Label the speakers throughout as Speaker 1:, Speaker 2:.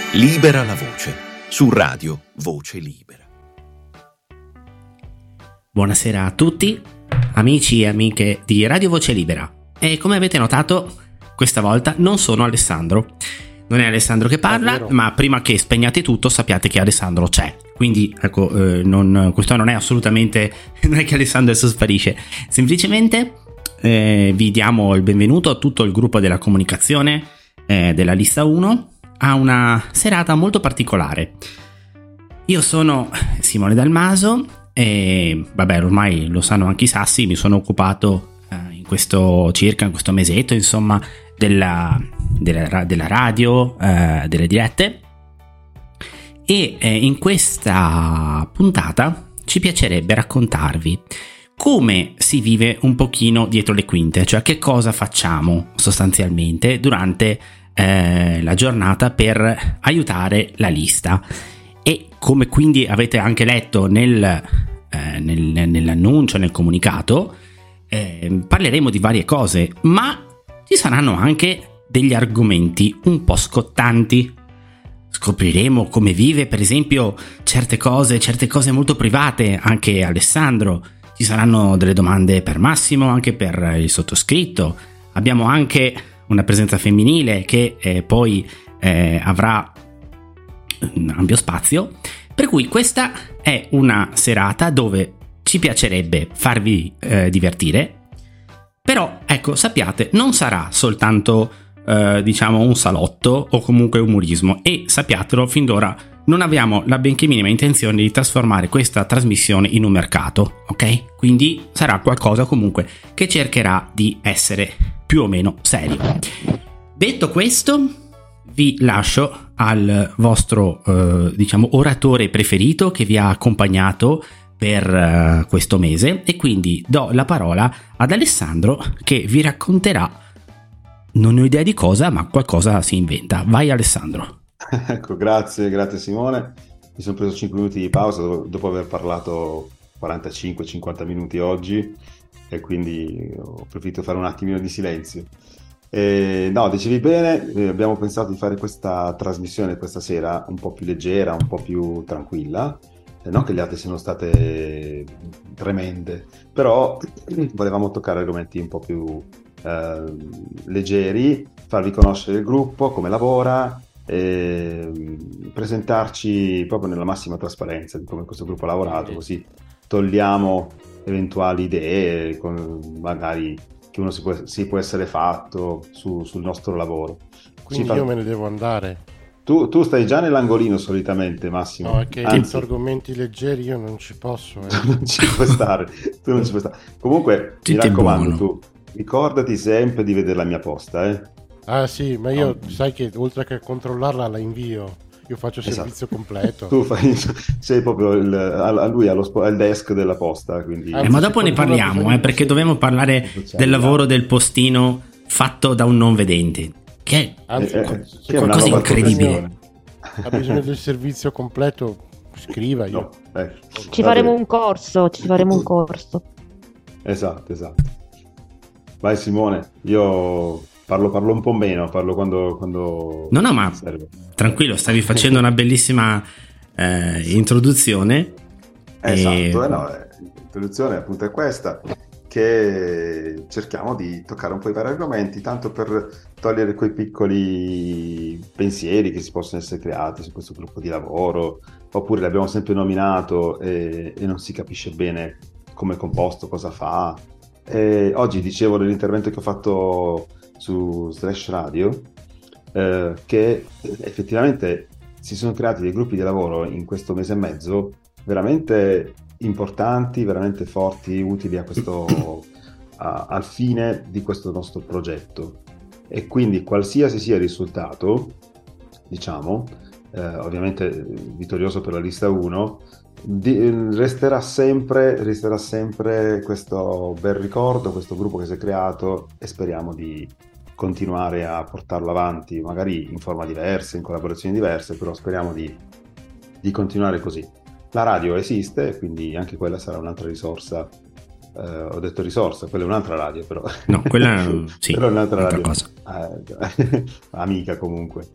Speaker 1: Libera la voce, su Radio Voce Libera.
Speaker 2: Buonasera a tutti, amici e amiche di Radio Voce Libera. E come avete notato, questa volta non sono Alessandro. Non è Alessandro che parla, ma prima che spegniate tutto sappiate che Alessandro c'è. Quindi ecco, questo non è assolutamente, non è che Alessandro adesso sparisce. Semplicemente vi diamo il benvenuto a tutto il gruppo della comunicazione della lista 1 a una serata molto particolare. Io sono Simone Dalmaso e vabbè, ormai lo sanno anche i sassi, mi sono occupato in questo mesetto, insomma, della radio, delle dirette, e in questa puntata ci piacerebbe raccontarvi come si vive un pochino dietro le quinte, cioè che cosa facciamo sostanzialmente durante la giornata per aiutare la lista. E come quindi avete anche letto nell'annuncio, nel comunicato, parleremo di varie cose, ma ci saranno anche degli argomenti un po' scottanti. Scopriremo come vive, per esempio, certe cose molto private, anche Alessandro. Ci saranno delle domande per Massimo, anche per il sottoscritto. Abbiamo anche una presenza femminile che poi avrà un ampio spazio, per cui questa è una serata dove ci piacerebbe farvi divertire, però ecco, sappiate, non sarà soltanto diciamo un salotto o comunque umorismo, e sappiatelo, fin d'ora non abbiamo la benché minima intenzione di trasformare questa trasmissione in un mercato, ok? Quindi sarà qualcosa comunque che cercherà di essere più o meno serio. Detto questo, vi lascio al vostro diciamo oratore preferito che vi ha accompagnato per questo mese, e quindi do la parola ad Alessandro che vi racconterà, non ho idea di cosa, ma qualcosa si inventa. Vai Alessandro.
Speaker 3: Ecco, grazie Simone. Mi sono preso 5 minuti di pausa dopo aver parlato 45-50 minuti oggi, e quindi ho preferito fare un attimino di silenzio. No, dicevi bene, abbiamo pensato di fare questa trasmissione questa sera un po' più leggera, un po' più tranquilla, non che le altre siano state tremende, però volevamo toccare argomenti un po' più leggeri, farvi conoscere il gruppo, come lavora, presentarci proprio nella massima trasparenza di come questo gruppo ha lavorato, così togliamo eventuali idee, magari che uno si può essere fatto sul nostro lavoro.
Speaker 4: Quindi io me ne devo andare.
Speaker 3: Tu stai già nell'angolino solitamente, Massimo.
Speaker 4: No, è che anzi, argomenti leggeri io non ci posso.
Speaker 3: Non ci puoi stare. Tu non ci puoi stare. Comunque, mi raccomando, tu ricordati sempre di vedere la mia posta, eh.
Speaker 4: Ah sì, ma io sai che oltre che controllarla la invio. Io faccio servizio completo.
Speaker 3: Tu sei proprio al desk della posta, quindi...
Speaker 2: ma dopo ne parliamo, perché dobbiamo parlare del lavoro del postino fatto da un non vedente, che è qualcosa di incredibile.
Speaker 4: Ha bisogno del servizio completo, scriva io.
Speaker 3: No,
Speaker 5: ci faremo un corso.
Speaker 3: Esatto. Vai Simone, io... Parlo un po' meno, parlo quando
Speaker 2: No, ma serve. Tranquillo, stavi facendo una bellissima introduzione.
Speaker 3: Esatto, l'introduzione appunto è questa, che cerchiamo di toccare un po' i vari argomenti, tanto per togliere quei piccoli pensieri che si possono essere creati su questo gruppo di lavoro, oppure l'abbiamo sempre nominato e non si capisce bene come è composto, cosa fa. Oggi dicevo nell'intervento che ho fatto su Slash Radio che effettivamente si sono creati dei gruppi di lavoro in questo mese e mezzo veramente importanti, veramente forti, utili al fine di questo nostro progetto, e quindi qualsiasi sia il risultato, diciamo, ovviamente vittorioso per la lista 1, resterà sempre questo bel ricordo, questo gruppo che si è creato, e speriamo di continuare a portarlo avanti, magari in forma diversa, in collaborazioni diverse, però speriamo di continuare così. La radio esiste, quindi anche quella sarà un'altra risorsa. Ho detto risorsa, quella è un'altra radio, però.
Speaker 2: No, quella sì,
Speaker 3: però è un'altra radio.
Speaker 2: Cosa.
Speaker 3: Amica comunque.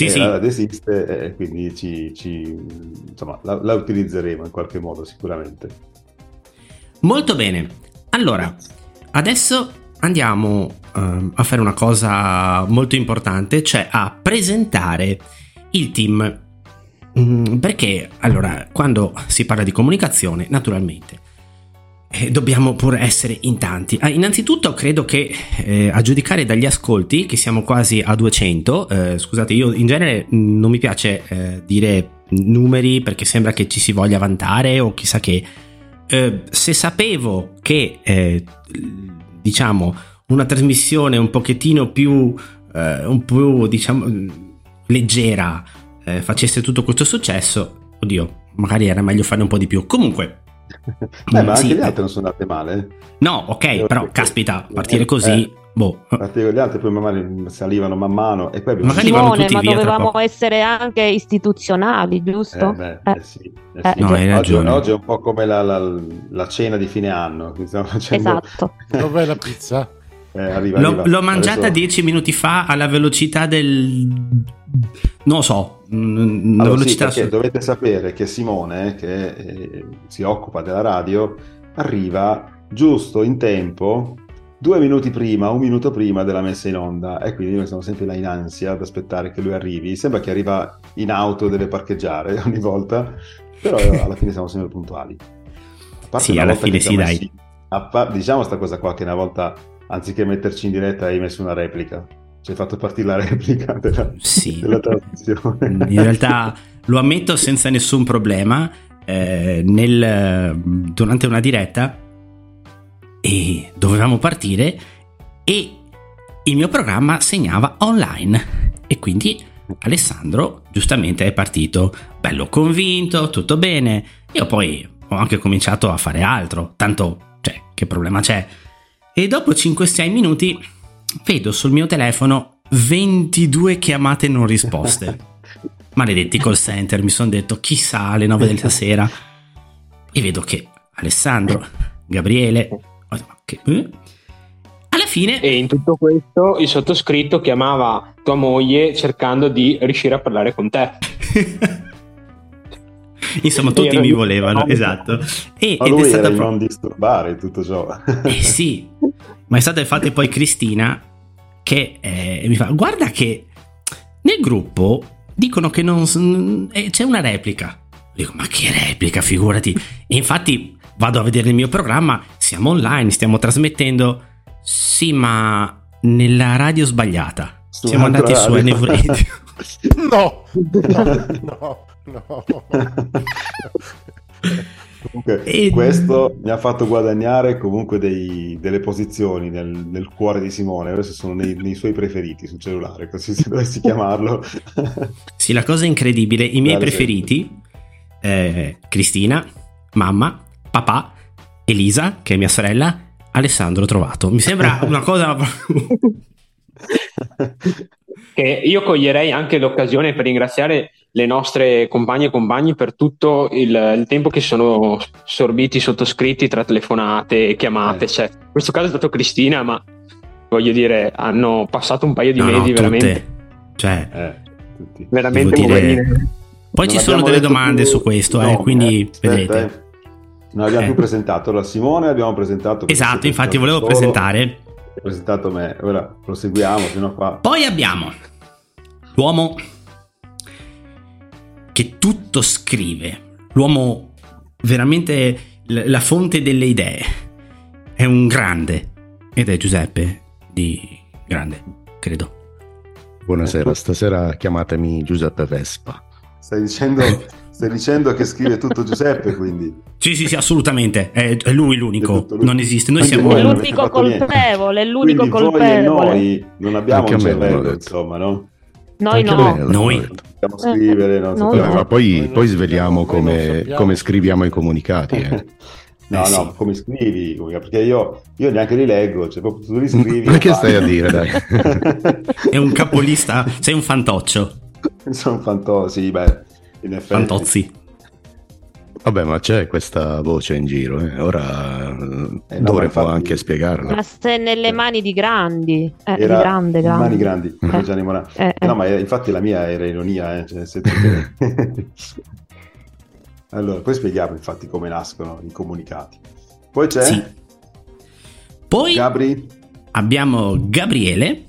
Speaker 2: Sì, sì.
Speaker 3: Esiste, e quindi insomma, la utilizzeremo in qualche modo sicuramente.
Speaker 2: Molto bene. Allora, adesso andiamo a fare una cosa molto importante, cioè a presentare il team. Perché, allora, quando si parla di comunicazione, naturalmente, dobbiamo pure essere in tanti. Innanzitutto credo che a giudicare dagli ascolti, che siamo quasi a 200, scusate, io in genere non mi piace dire numeri perché sembra che ci si voglia vantare o chissà che. Se sapevo che diciamo una trasmissione un pochettino più diciamo leggera facesse tutto questo successo, oddio, magari era meglio fare un po' di più. Comunque
Speaker 3: ma anche gli altri non sono andate male.
Speaker 2: No, ok, però caspita, partire così
Speaker 3: partire con gli altri, poi magari salivano man mano e poi
Speaker 2: magari
Speaker 5: Simone,
Speaker 2: tutti
Speaker 5: ma
Speaker 2: via
Speaker 5: dovevamo essere anche istituzionali, giusto?
Speaker 3: Sì.
Speaker 2: No, hai ragione.
Speaker 3: Oggi è un po' come la cena di fine anno. Stiamo facendo...
Speaker 5: Esatto.
Speaker 4: Dov'è la pizza?
Speaker 3: Arriva.
Speaker 2: L'ho mangiata 10 minuti fa alla velocità del... non lo so, la velocità
Speaker 3: perché dovete sapere che Simone, che si occupa della radio, arriva giusto in tempo 2 minuti prima, 1 minuto prima della messa in onda, e quindi noi siamo sempre là in ansia ad aspettare che lui arrivi. Sembra che arriva in auto, deve parcheggiare ogni volta, però alla fine siamo sempre puntuali.
Speaker 2: Sì, alla fine sì, dai.
Speaker 3: Diciamo sta cosa qua, che una volta, anziché metterci in diretta, hai messo una replica. Ci hai fatto partire la replica della trasmissione.
Speaker 2: In realtà lo ammetto senza nessun problema, durante una diretta e dovevamo partire e il mio programma segnava online e quindi Alessandro giustamente è partito bello convinto, tutto bene. Io poi ho anche cominciato a fare altro, tanto, cioè, che problema c'è? E dopo 5-6 minuti vedo sul mio telefono 22 chiamate non risposte. Maledetti call center, mi sono detto chissà alle 9 della sera, e vedo che Alessandro, Gabriele, alla fine...
Speaker 6: E in tutto questo il sottoscritto chiamava tua moglie cercando di riuscire a parlare con te.
Speaker 2: Insomma, tutti mi volevano, esatto.
Speaker 3: Ma lui era di non disturbare tutto ciò.
Speaker 2: Sì, ma è stata infatti poi Cristina che mi fa: guarda che nel gruppo dicono che c'è una replica. Dico: ma che replica, figurati. E infatti vado a vedere il mio programma, siamo online, stiamo trasmettendo. Sì, ma nella radio sbagliata. Siamo andati su NV Radio.
Speaker 4: No.
Speaker 3: Comunque, questo mi ha fatto guadagnare comunque delle posizioni nel cuore di Simone. Adesso sono nei suoi preferiti sul cellulare, così se dovessi chiamarlo.
Speaker 2: Sì, la cosa incredibile, i miei preferiti, Cristina, mamma, papà, Elisa, che è mia sorella, Alessandro Trovato. Mi sembra una cosa...
Speaker 6: Che io coglierei anche l'occasione per ringraziare le nostre compagne e compagni per tutto il tempo che sono sorbiti sottoscritti tra telefonate e chiamate. Cioè, in questo caso è stato Cristina, ma voglio dire, hanno passato un paio di mesi veramente.
Speaker 2: Cioè,
Speaker 3: tutti.
Speaker 6: Veramente
Speaker 2: dire... Poi ci sono delle domande su questo, quindi vedrete.
Speaker 3: Non abbiamo più presentato. Allora, Simone abbiamo presentato.
Speaker 2: Esatto, infatti volevo presentare.
Speaker 3: Ho presentato me, ora proseguiamo fino a qua.
Speaker 2: Poi abbiamo l'uomo che tutto scrive, l'uomo veramente la fonte delle idee, è un grande, ed è Giuseppe di Grande, credo.
Speaker 7: Buonasera, stasera chiamatemi Giuseppe Vespa.
Speaker 3: Stai dicendo che scrive tutto Giuseppe, quindi?
Speaker 2: Sì, assolutamente, è lui l'unico, non esiste, noi
Speaker 5: siamo l'unico colpevole, l'unico colpevole.
Speaker 3: Noi non abbiamo un cervello, insomma, no?
Speaker 5: Noi no.
Speaker 2: Noi
Speaker 3: dobbiamo scrivere,
Speaker 7: ma poi sveliamo come scriviamo i comunicati.
Speaker 3: No, come scrivi? Perché io neanche li leggo, cioè proprio tu li scrivi.
Speaker 7: Ma che stai a dire, dai?
Speaker 2: È un capolista, sei un fantoccio.
Speaker 3: Sono un fantozzi, in effetti.
Speaker 2: Fantozzi.
Speaker 7: Vabbè, ma c'è questa voce in giro, ora dovremmo anche spiegarla.
Speaker 5: Ma se nelle mani di grandi, di grandi.
Speaker 3: Mani grandi, Gianni Morano. No, ma infatti la mia era ironia, cioè, Allora, poi spieghiamo infatti come nascono i comunicati. Poi c'è...
Speaker 2: Sì. Poi
Speaker 3: Gabri.
Speaker 2: Abbiamo Gabriele.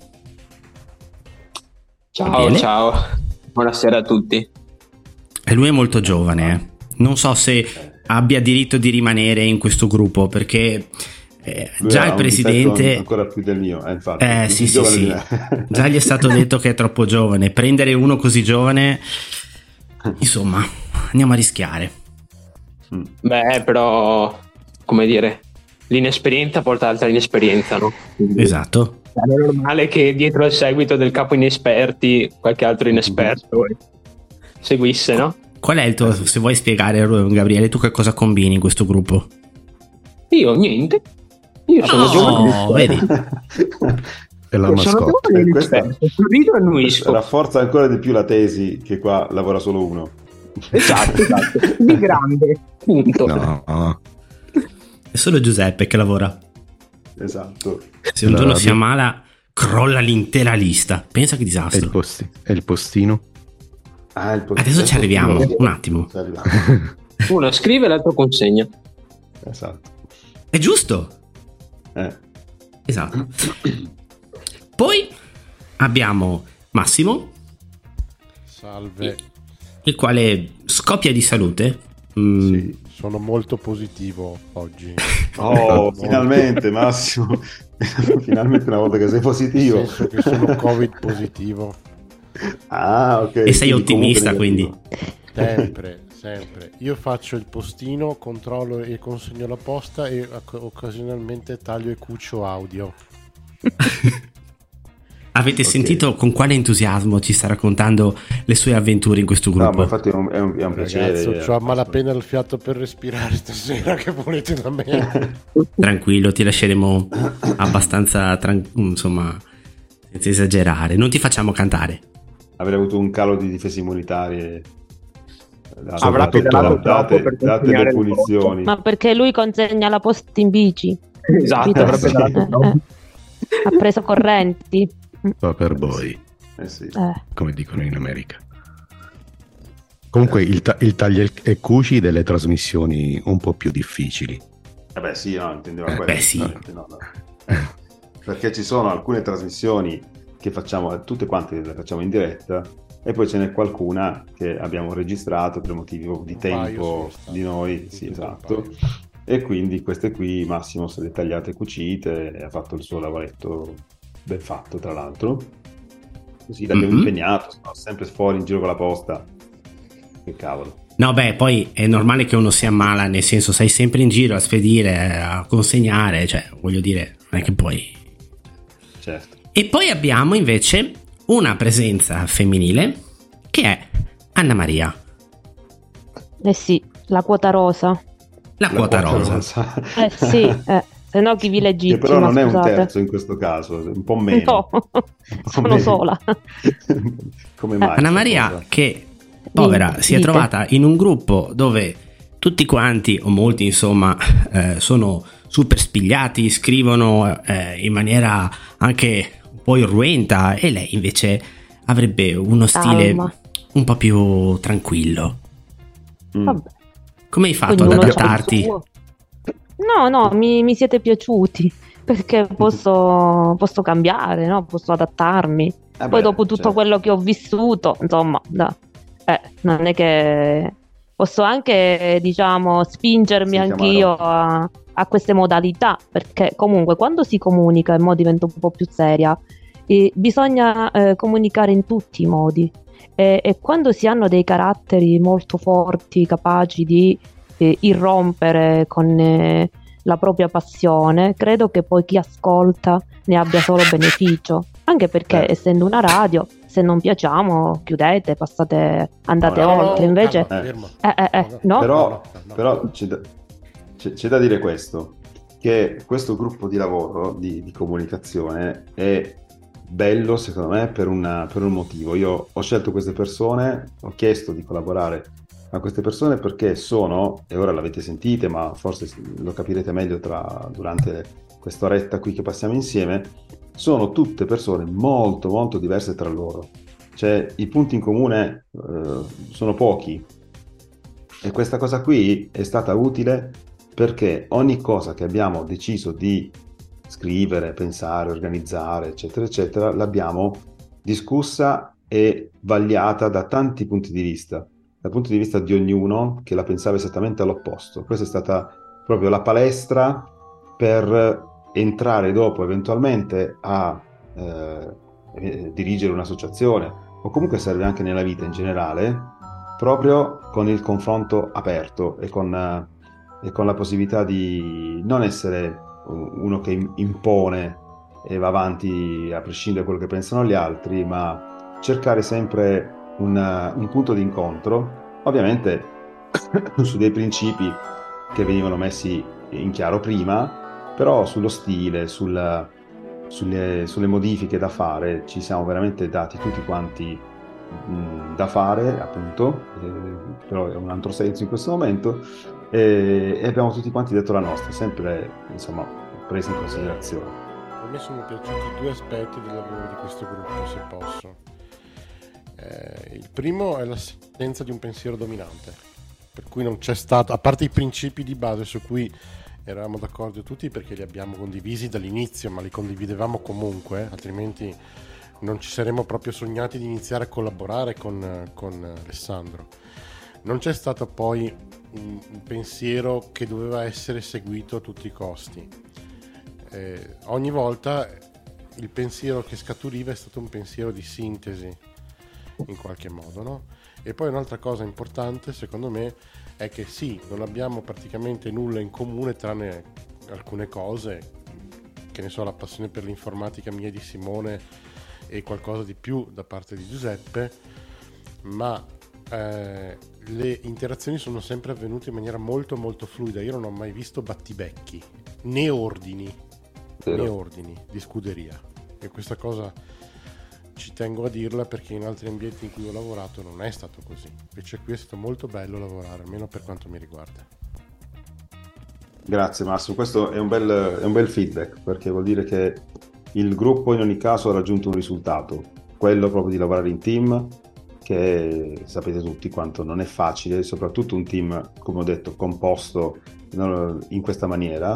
Speaker 6: Ciao. Buonasera a tutti.
Speaker 2: E lui è molto giovane, Non so se abbia diritto di rimanere in questo gruppo, perché già il presidente
Speaker 3: ancora più del mio, infatti.
Speaker 2: Sì. Già gli è stato detto che è troppo giovane. Prendere uno così giovane, insomma, andiamo a rischiare.
Speaker 6: Beh, però, come dire, l'inesperienza porta altra inesperienza, no? Quindi
Speaker 2: esatto.
Speaker 6: È normale che dietro al seguito del capo inesperti qualche altro inesperto seguisse, no?
Speaker 2: Qual è il tuo, se vuoi spiegare, Gabriele, tu che cosa combini in questo gruppo?
Speaker 6: Io niente. Io sono giovane.
Speaker 2: Vedi?
Speaker 7: È la mascotte.
Speaker 6: Sorrido e annuisco.
Speaker 3: Rafforza ancora di più la tesi che qua lavora solo uno.
Speaker 6: Esatto. Di grande. Punto.
Speaker 7: No.
Speaker 2: È solo Giuseppe che lavora.
Speaker 3: Esatto.
Speaker 2: Se un giorno si ammala, crolla l'intera lista. Pensa che disastro.
Speaker 7: E il postino?
Speaker 2: Adesso ci arriviamo, un attimo.
Speaker 6: Uno scrive e l'altro consegna.
Speaker 3: Esatto.
Speaker 2: È giusto. Esatto. Poi abbiamo Massimo.
Speaker 4: Salve.
Speaker 2: Il quale scoppia di salute.
Speaker 4: Sì, sono molto positivo oggi.
Speaker 3: Oh, finalmente Massimo. Finalmente una volta che sei positivo.
Speaker 4: Nel senso che sono Covid positivo.
Speaker 3: Ok.
Speaker 2: E sei ottimista, quindi.
Speaker 4: Sempre. Io faccio il postino, controllo e consegno la posta e occasionalmente taglio e cucio audio.
Speaker 2: Avete sentito con quale entusiasmo ci sta raccontando le sue avventure in questo gruppo?
Speaker 3: No, ma infatti è un piacere.
Speaker 4: Ragazzo, c'ho a malapena il fiato per respirare stasera, che volete da me?
Speaker 2: Tranquillo, ti lasceremo abbastanza, insomma, senza esagerare. Non ti facciamo cantare.
Speaker 3: Avrei avuto un calo di difese immunitarie.
Speaker 6: Avrà pedalato troppo per
Speaker 3: date le punizioni.
Speaker 5: Ma perché lui consegna la posta in bici?
Speaker 6: Esatto, avrà pedalato troppo.
Speaker 5: Ha preso correnti.
Speaker 7: Fa per voi,
Speaker 3: sì.
Speaker 7: come dicono in America. Comunque il taglia e cuci delle trasmissioni un po' più difficili.
Speaker 3: Sì, no, intendeva quello.
Speaker 2: Sì.
Speaker 3: No. Perché ci sono alcune trasmissioni che facciamo, tutte quante le facciamo in diretta, e poi ce n'è qualcuna che abbiamo registrato per motivi di tempo di noi. Sì, esatto. E quindi queste qui Massimo se le tagliate e cucite e ha fatto il suo lavoretto ben fatto, tra l'altro. Così l'abbiamo impegnato, sono sempre fuori in giro con la posta. Che cavolo.
Speaker 2: No, poi è normale che uno si ammala, nel senso sei sempre in giro a spedire, a consegnare, cioè voglio dire, non è che poi...
Speaker 3: Certo.
Speaker 2: E poi abbiamo invece una presenza femminile che è Anna Maria.
Speaker 5: Sì, la quota rosa.
Speaker 2: La quota rosa.
Speaker 5: Sì, se no chi vi legittima.
Speaker 3: Che però non è un
Speaker 5: scusate.
Speaker 3: terzo in questo caso, un po' meno.
Speaker 5: No, sono sola.
Speaker 3: Come mai?
Speaker 2: Anna Maria che, povera, si è trovata in un gruppo dove tutti quanti, o molti insomma, sono super spigliati, scrivono in maniera anche un po' irruenta, e lei invece avrebbe uno stile un po' più tranquillo.
Speaker 5: Vabbè.
Speaker 2: Come hai fatto ad adattarti?
Speaker 5: No, mi siete piaciuti, perché posso cambiare, no? Posso adattarmi. Poi dopo tutto quello che ho vissuto, insomma, non è che posso anche, diciamo, spingermi anch'io a queste modalità, perché comunque quando si comunica in modo diventa un po' più seria, bisogna comunicare in tutti i modi, e quando si hanno dei caratteri molto forti, capaci di irrompere con la propria passione, credo che poi chi ascolta ne abbia solo beneficio, anche perché essendo una radio, se non piacciamo chiudete, passate, andate oltre. Invece no?
Speaker 3: Però c'è da dire questo, che questo gruppo di lavoro di comunicazione è bello secondo me per un motivo. Io ho scelto queste persone, ho chiesto di collaborare a queste persone perché sono, e ora l'avete sentite, ma forse lo capirete meglio durante quest'oretta qui che passiamo insieme, sono tutte persone molto molto diverse tra loro. Cioè i punti in comune sono pochi, e questa cosa qui è stata utile perché ogni cosa che abbiamo deciso di scrivere, pensare, organizzare, eccetera, eccetera, l'abbiamo discussa e vagliata da tanti punti di vista, dal punto di vista di ognuno che la pensava esattamente all'opposto. Questa è stata proprio la palestra per entrare dopo eventualmente a dirigere un'associazione, o comunque serve anche nella vita in generale, proprio con il confronto aperto e con la possibilità di non essere uno che impone e va avanti a prescindere da quello che pensano gli altri, ma cercare sempre un punto di incontro, ovviamente su dei principi che venivano messi in chiaro prima, però sullo stile, sulle modifiche da fare ci siamo veramente dati tutti quanti da fare, appunto, però è un altro senso in questo momento, e abbiamo tutti quanti detto la nostra, sempre insomma presi in considerazione.
Speaker 4: A me sono piaciuti due aspetti del lavoro di questo gruppo, se posso. Il primo è l'assenza di un pensiero dominante, per cui non c'è stato, a parte i principi di base su cui eravamo d'accordo tutti perché li abbiamo condivisi dall'inizio, ma li condividevamo comunque, altrimenti non ci saremmo proprio sognati di iniziare a collaborare con Alessandro. Non c'è stato poi un pensiero che doveva essere seguito a tutti i costi. Ogni volta il pensiero che scaturiva è stato un pensiero di sintesi, in qualche modo, no? E poi un'altra cosa importante, secondo me, è che sì, non abbiamo praticamente nulla in comune tranne alcune cose, che ne so, la passione per l'informatica mia e di Simone e qualcosa di più da parte di Giuseppe, ma le interazioni sono sempre avvenute in maniera molto molto fluida. Io non ho mai visto battibecchi né ordini di scuderia, e questa cosa ci tengo a dirla perché in altri ambienti in cui ho lavorato non è stato così. Invece qui è stato molto bello lavorare, almeno per quanto mi riguarda.
Speaker 3: Grazie Massimo, questo è un bel feedback, perché vuol dire che il gruppo in ogni caso ha raggiunto un risultato, quello proprio di lavorare in team, che sapete tutti quanto non è facile, soprattutto un team, come ho detto, composto in questa maniera.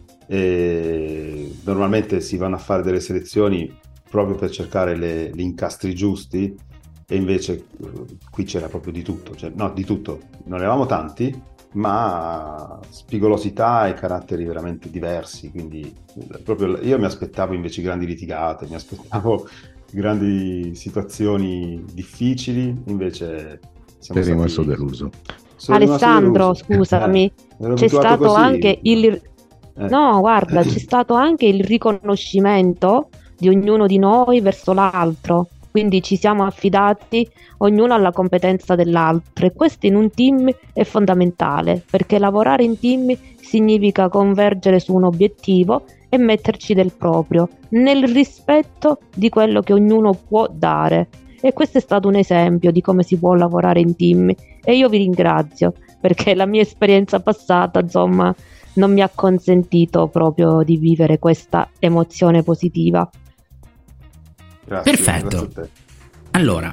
Speaker 3: E normalmente si vanno a fare delle selezioni proprio per cercare gli incastri giusti, e invece qui c'era proprio di tutto, cioè, no, di tutto, non eravamo tanti, ma spigolosità e caratteri veramente diversi, quindi proprio io mi aspettavo invece grandi litigate, mi aspettavo grandi situazioni difficili, invece
Speaker 7: sei rimasto deluso.
Speaker 5: Alessandro, scusami, c'è stato così. Anche no, guarda, c'è stato anche il riconoscimento di ognuno di noi verso l'altro, quindi ci siamo affidati ognuno alla competenza dell'altro, e questo in un team è fondamentale, perché lavorare in team significa convergere su un obiettivo e metterci del proprio, nel rispetto di quello che ognuno può dare, e questo è stato un esempio di come si può lavorare in team, e io vi ringrazio perché la mia esperienza passata, insomma, non mi ha consentito proprio di vivere questa emozione positiva.
Speaker 3: Grazie,
Speaker 2: perfetto.
Speaker 3: Grazie a te.
Speaker 2: Allora,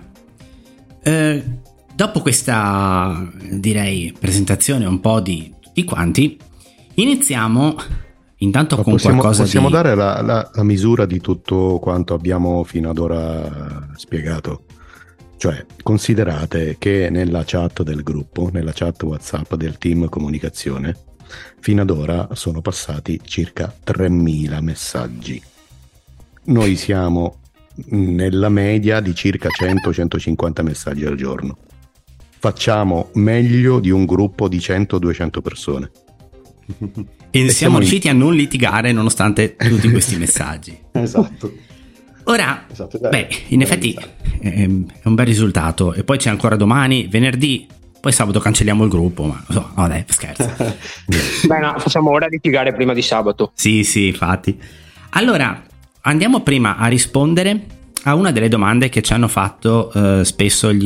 Speaker 2: dopo questa, direi, presentazione un po' di tutti quanti, iniziamo intanto con qualcosa
Speaker 7: possiamo dare la misura di tutto quanto abbiamo fino ad ora spiegato. Cioè, considerate che nella chat del gruppo, nella chat WhatsApp del team comunicazione, fino ad ora sono passati circa 3.000 messaggi. Noi siamo nella media di circa 100-150 messaggi al giorno. Facciamo meglio di un gruppo di 100-200 persone.
Speaker 2: E siamo riusciti a non litigare nonostante tutti questi messaggi.
Speaker 3: Esatto.
Speaker 2: Ora, in effetti è un bel risultato. E poi c'è ancora domani, venerdì, poi sabato cancelliamo il gruppo, ma no, dai, scherzo.
Speaker 6: Beh, no, facciamo ora litigare prima di sabato.
Speaker 2: Sì, infatti. Allora, andiamo prima a rispondere a una delle domande che ci hanno fatto spesso gli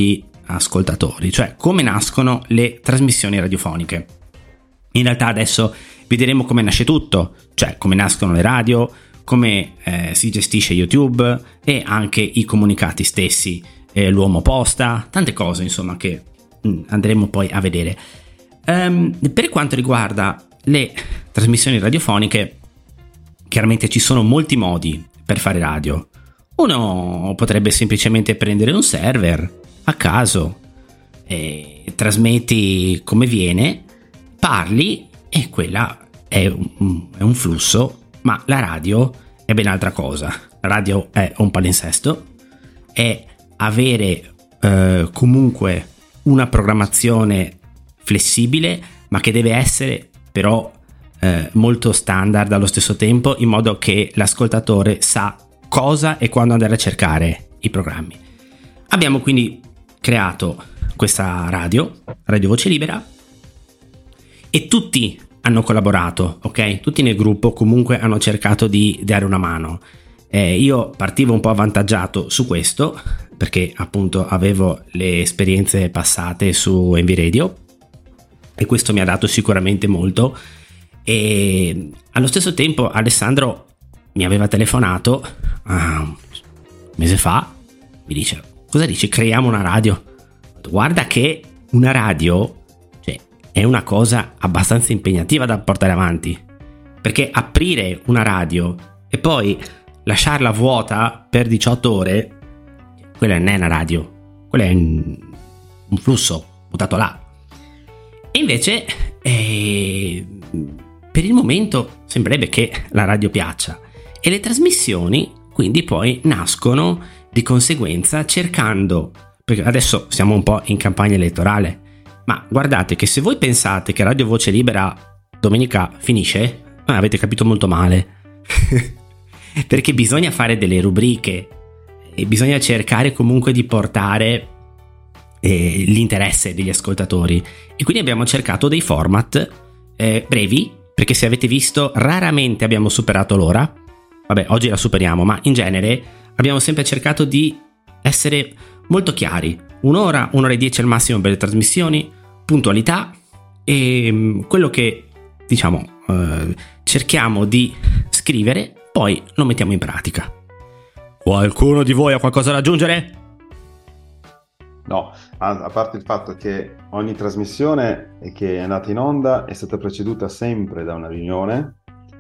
Speaker 2: ascoltatori, cioè come nascono le trasmissioni radiofoniche. In realtà adesso vedremo come nasce tutto, cioè come nascono le radio, come si gestisce YouTube e anche i comunicati stessi, l'uomo posta, tante cose insomma che andremo poi a vedere. Per quanto riguarda le trasmissioni radiofoniche, chiaramente ci sono molti modi per fare radio. Uno potrebbe semplicemente prendere un server a caso, trasmetti come viene, parli e quella è un flusso. Ma la radio è ben altra cosa. La radio è un palinsesto, è avere comunque una programmazione flessibile, ma che deve essere però molto standard allo stesso tempo, in modo che l'ascoltatore sa cosa e quando andare a cercare i programmi. Abbiamo quindi creato questa Radio Voce Libera, e tutti hanno collaborato, ok? Tutti nel gruppo comunque hanno cercato di dare una mano. Io partivo un po' avvantaggiato su questo, perché appunto avevo le esperienze passate su Envy Radio, e questo mi ha dato sicuramente molto. E allo stesso tempo Alessandro mi aveva telefonato un mese fa, mi dice: cosa dici, creiamo una radio? Guarda che una radio è una cosa abbastanza impegnativa da portare avanti, perché aprire una radio e poi lasciarla vuota per 18 ore, quella non è una radio, quella è un flusso buttato là. E invece per il momento sembrerebbe che la radio piaccia, e le trasmissioni quindi poi nascono di conseguenza, cercando, perché adesso siamo un po' in campagna elettorale, ma guardate che se voi pensate che Radio Voce Libera domenica finisce, avete capito molto male. Perché bisogna fare delle rubriche e bisogna cercare comunque di portare l'interesse degli ascoltatori, e quindi abbiamo cercato dei format brevi, perché se avete visto raramente abbiamo superato l'ora. Vabbè, oggi la superiamo, ma in genere abbiamo sempre cercato di essere molto chiari. Un'ora e 10 al massimo per le trasmissioni, puntualità, e quello che diciamo cerchiamo di scrivere poi lo mettiamo in pratica. Qualcuno di voi ha qualcosa da aggiungere?
Speaker 3: No, a parte il fatto che ogni trasmissione che è andata in onda è stata preceduta sempre da una riunione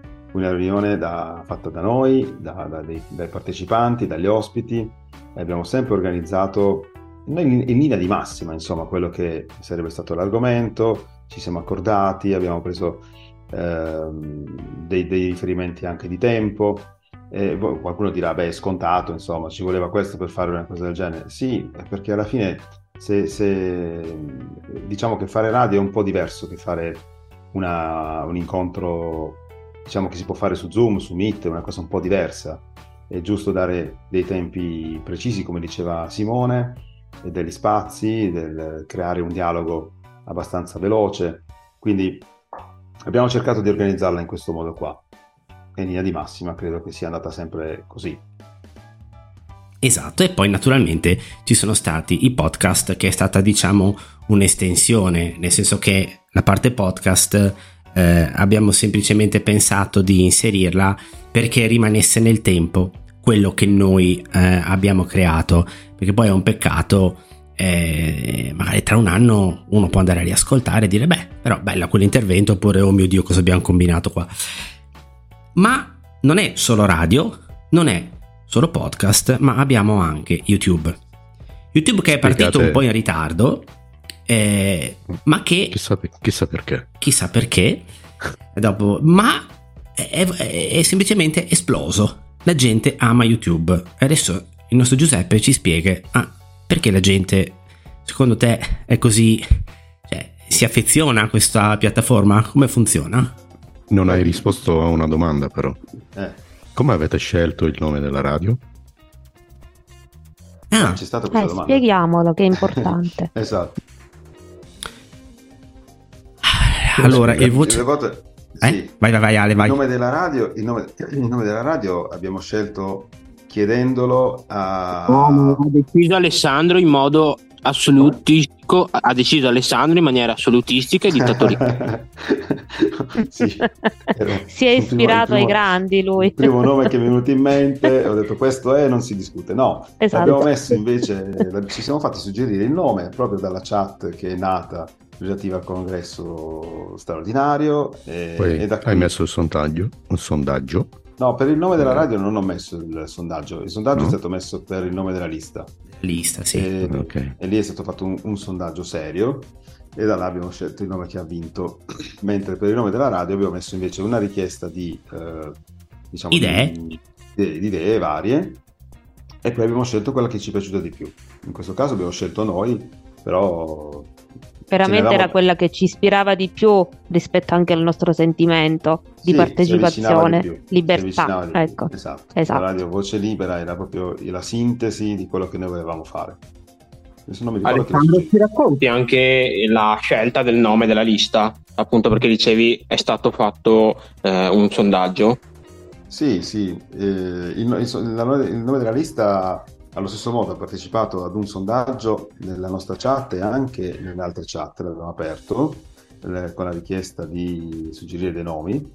Speaker 3: fatta da noi, dai partecipanti, dagli ospiti, e abbiamo sempre organizzato in linea di massima, insomma, quello che sarebbe stato l'argomento. Ci siamo accordati, abbiamo preso dei riferimenti anche di tempo. Qualcuno dirà: beh, è scontato, insomma, ci voleva questo per fare una cosa del genere. Sì, perché alla fine se diciamo che fare radio è un po' diverso che fare un incontro, diciamo, che si può fare su Zoom, su Meet, è una cosa un po' diversa. È giusto dare dei tempi precisi, come diceva Simone, e degli spazi, del creare un dialogo abbastanza veloce. Quindi abbiamo cercato di organizzarla in questo modo qua, e in linea di massima credo che sia andata sempre così.
Speaker 2: Esatto, e poi naturalmente ci sono stati i podcast, che è stata, diciamo, un'estensione, nel senso che la parte podcast abbiamo semplicemente pensato di inserirla perché rimanesse nel tempo quello che noi abbiamo creato, perché poi è un peccato magari tra un anno uno può andare a riascoltare e dire: beh, però bella quell'intervento, oppure oh mio Dio, cosa abbiamo combinato qua. Ma non è solo radio, non è solo podcast, ma abbiamo anche YouTube che è partito un po' in ritardo, ma che
Speaker 7: chissà perché
Speaker 2: dopo, ma è semplicemente esploso. La gente ama YouTube, e adesso il nostro Giuseppe ci spiega perché la gente, secondo te, è così, cioè, si affeziona a questa piattaforma. Come funziona?
Speaker 7: Non hai risposto a una domanda, però. Come avete scelto il nome della radio?
Speaker 3: C'è stata questa domanda.
Speaker 5: Spieghiamolo, che è importante.
Speaker 3: Esatto.
Speaker 2: Allora, il
Speaker 3: sì.
Speaker 2: Vai Ale, vai.
Speaker 3: Il nome della radio abbiamo scelto chiedendolo a...
Speaker 6: ha deciso Alessandro in modo assolutistico, ha deciso Alessandro in maniera assolutistica e dittatoriale.
Speaker 5: Sì, si è ispirato ai grandi lui.
Speaker 3: Il primo nome che mi è venuto in mente, ho detto questo è, non si discute. No, esatto. Abbiamo messo invece, ci siamo fatti suggerire il nome proprio dalla chat che è nata relativa al congresso straordinario.
Speaker 7: Poi hai messo un sondaggio?
Speaker 3: No, per il nome della radio non ho messo il sondaggio. Il sondaggio è stato messo per il nome della lista.
Speaker 2: Lista, sì.
Speaker 3: E lì è stato fatto un sondaggio serio e da là abbiamo scelto il nome che ha vinto. Mentre per il nome della radio abbiamo messo invece una richiesta di idee varie e poi abbiamo scelto quella che ci è piaciuta di più. In questo caso abbiamo scelto noi, però
Speaker 5: veramente era quella che ci ispirava di più rispetto anche al nostro sentimento di partecipazione, libertà. Ecco.
Speaker 3: Esatto. La radio Voce Libera era proprio la sintesi di quello che noi volevamo fare.
Speaker 6: Alessandro, ci racconti anche la scelta del nome della lista? Appunto perché dicevi è stato fatto un sondaggio.
Speaker 3: Sì. Il nome della lista allo stesso modo ha partecipato ad un sondaggio nella nostra chat e anche nelle altre chat, l'abbiamo aperto con la richiesta di suggerire dei nomi.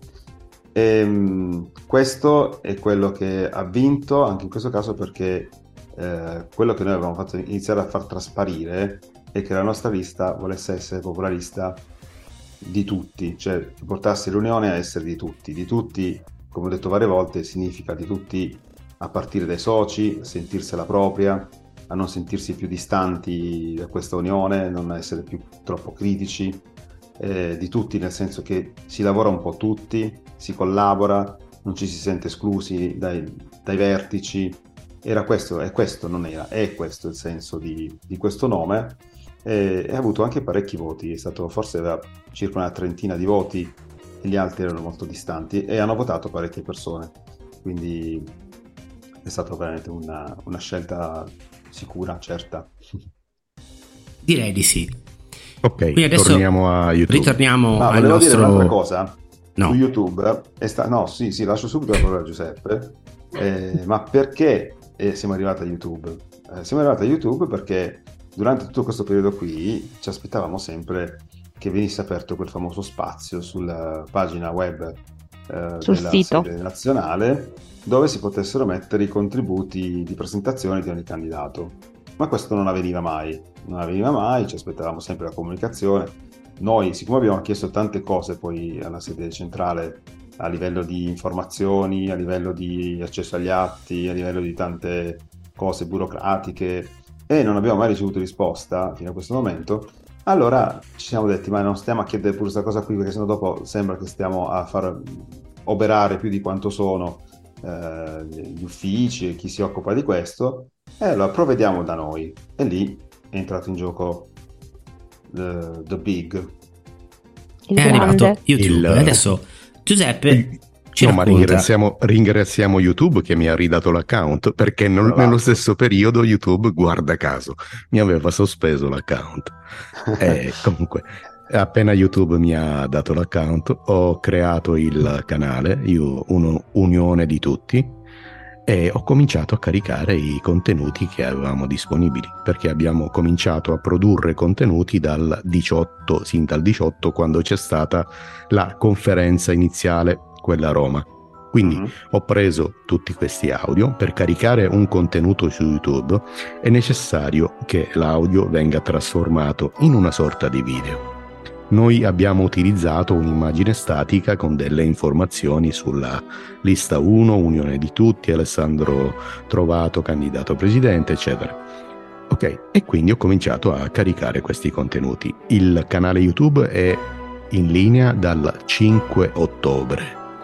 Speaker 3: Questo è quello che ha vinto anche in questo caso perché quello che noi avevamo fatto iniziare a far trasparire è che la nostra lista volesse essere popolarista di tutti, cioè che portasse l'unione a essere di tutti, come ho detto varie volte, significa di tutti a partire dai soci, a sentirsela propria, a non sentirsi più distanti da questa unione, non essere più troppo critici, di tutti nel senso che si lavora un po' tutti, si collabora, non ci si sente esclusi dai vertici. Era questo, è questo il senso di questo nome e ha avuto anche parecchi voti, è stato forse aveva circa una trentina di voti e gli altri erano molto distanti e hanno votato parecchie persone, quindi è stata veramente una scelta sicura, certa.
Speaker 2: Direi di sì.
Speaker 7: Ok, quindi adesso torniamo a YouTube.
Speaker 2: Ritorniamo al
Speaker 3: volevo
Speaker 2: nostro...
Speaker 3: dire un'altra cosa.
Speaker 2: No.
Speaker 3: Su YouTube lascio subito la parola a Giuseppe. Ma perché siamo arrivati a YouTube? Siamo arrivati a YouTube perché durante tutto questo periodo qui ci aspettavamo sempre che venisse aperto quel famoso spazio sulla pagina web della
Speaker 5: sito
Speaker 3: sede nazionale dove si potessero mettere i contributi di presentazione di ogni candidato. Ma questo non avveniva mai, ci aspettavamo sempre la comunicazione. Noi, siccome abbiamo chiesto tante cose poi alla sede centrale a livello di informazioni, a livello di accesso agli atti, a livello di tante cose burocratiche e non abbiamo mai ricevuto risposta fino a questo momento, allora ci siamo detti ma non stiamo a chiedere pure questa cosa qui perché sennò dopo sembra che stiamo a far oberare più di quanto sono gli uffici e chi si occupa di questo e allora provvediamo da noi e lì è entrato in gioco the big.
Speaker 2: È arrivato YouTube adesso Giuseppe
Speaker 7: ma ringraziamo YouTube che mi ha ridato l'account perché nello stesso periodo YouTube, guarda caso, mi aveva sospeso l'account e comunque appena YouTube mi ha dato l'account ho creato il canale, un'unione di tutti, e ho cominciato a caricare i contenuti che avevamo disponibili perché abbiamo cominciato a produrre contenuti sin dal 18 quando c'è stata la conferenza iniziale, quella a Roma. Quindi ho preso tutti questi audio. Per caricare un contenuto su YouTube è necessario che l'audio venga trasformato in una sorta di video. Noi abbiamo utilizzato un'immagine statica con delle informazioni sulla lista 1, unione di tutti, Alessandro Trovato, candidato presidente, eccetera. Ok, e quindi ho cominciato a caricare questi contenuti. Il canale YouTube è in linea dal 5 ottobre.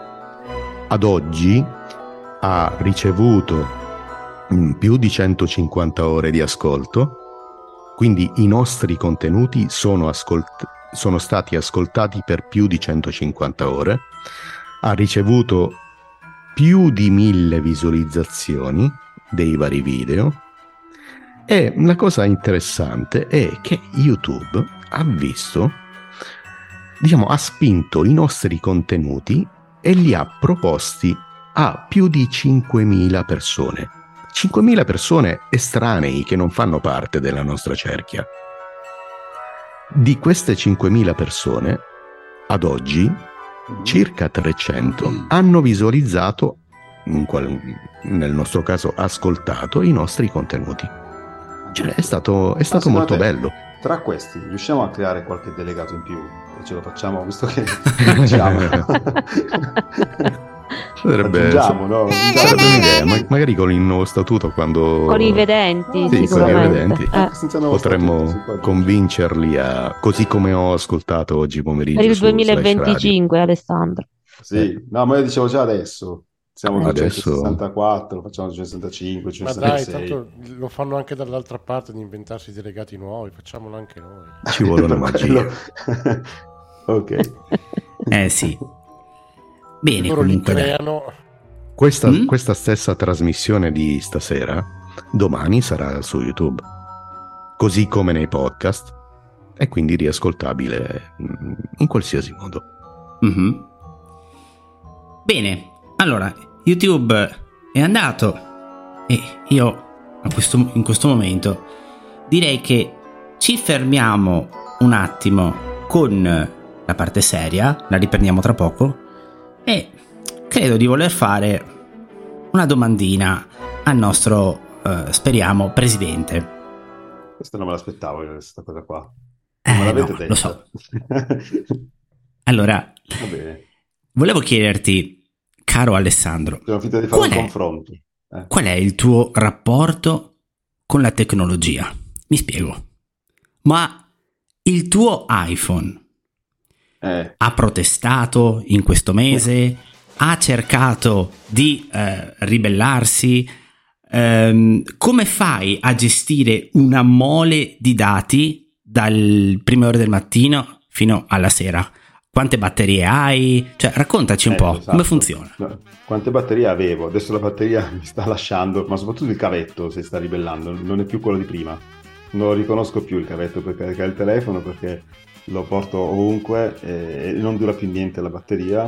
Speaker 7: Ad oggi ha ricevuto più di 150 ore di ascolto, quindi i nostri contenuti sono stati ascoltati per più di 150 ore, ha ricevuto più di 1000 visualizzazioni dei vari video e la cosa interessante è che YouTube ha spinto i nostri contenuti e li ha proposti a più di 5.000 persone. 5.000 persone estranei che non fanno parte della nostra cerchia. Di queste 5.000 persone, ad oggi, circa 300 hanno visualizzato, nel nostro caso ascoltato, i nostri contenuti. Cioè, è stato molto bello.
Speaker 3: Tra questi riusciamo a creare qualche delegato in più e ce lo facciamo, visto che diciamo.
Speaker 7: Sarebbe un'idea, magari con il nuovo statuto, quando
Speaker 5: con i vedenti,
Speaker 7: sì,
Speaker 5: sicuramente.
Speaker 7: Potremmo convincerli a, così come ho ascoltato oggi pomeriggio
Speaker 5: per il 2025, Alessandro.
Speaker 3: Sì, no, ma io dicevo già adesso. Siamo 264, lo facciamo 265, 266.
Speaker 4: Ma dai, tanto lo fanno anche dall'altra parte di inventarsi dei delegati nuovi, facciamolo anche noi.
Speaker 7: Ci vuole una magia.
Speaker 3: Ok.
Speaker 2: Sì. Bene,
Speaker 4: loro
Speaker 2: comunque.
Speaker 4: Li creano.
Speaker 7: Questa stessa trasmissione di stasera, domani sarà su YouTube, così come nei podcast, e quindi riascoltabile in qualsiasi modo.
Speaker 2: Mm-hmm. Bene, allora, YouTube è andato e io in questo momento direi che ci fermiamo un attimo con la parte seria, la riprendiamo tra poco e credo di voler fare una domandina al nostro, speriamo, presidente.
Speaker 3: Questa non me l'aspettavo, questa cosa qua. Non me l'avete detto.
Speaker 2: Lo so. Allora,
Speaker 3: va bene.
Speaker 2: Volevo chiederti, caro Alessandro,
Speaker 3: sono finito di fare un confronto.
Speaker 2: Qual è il tuo rapporto con la tecnologia? Mi spiego. Ma il tuo iPhone ha protestato in questo mese? Ha cercato di ribellarsi? Come fai a gestire una mole di dati dal prime ore del mattino fino alla sera? Quante batterie hai? Cioè, raccontaci un po', esatto. Come funziona?
Speaker 3: No, quante batterie avevo? Adesso la batteria mi sta lasciando, ma soprattutto il cavetto si sta ribellando, non è più quello di prima. Non lo riconosco più il cavetto per caricare il telefono, perché lo porto ovunque e non dura più niente la batteria.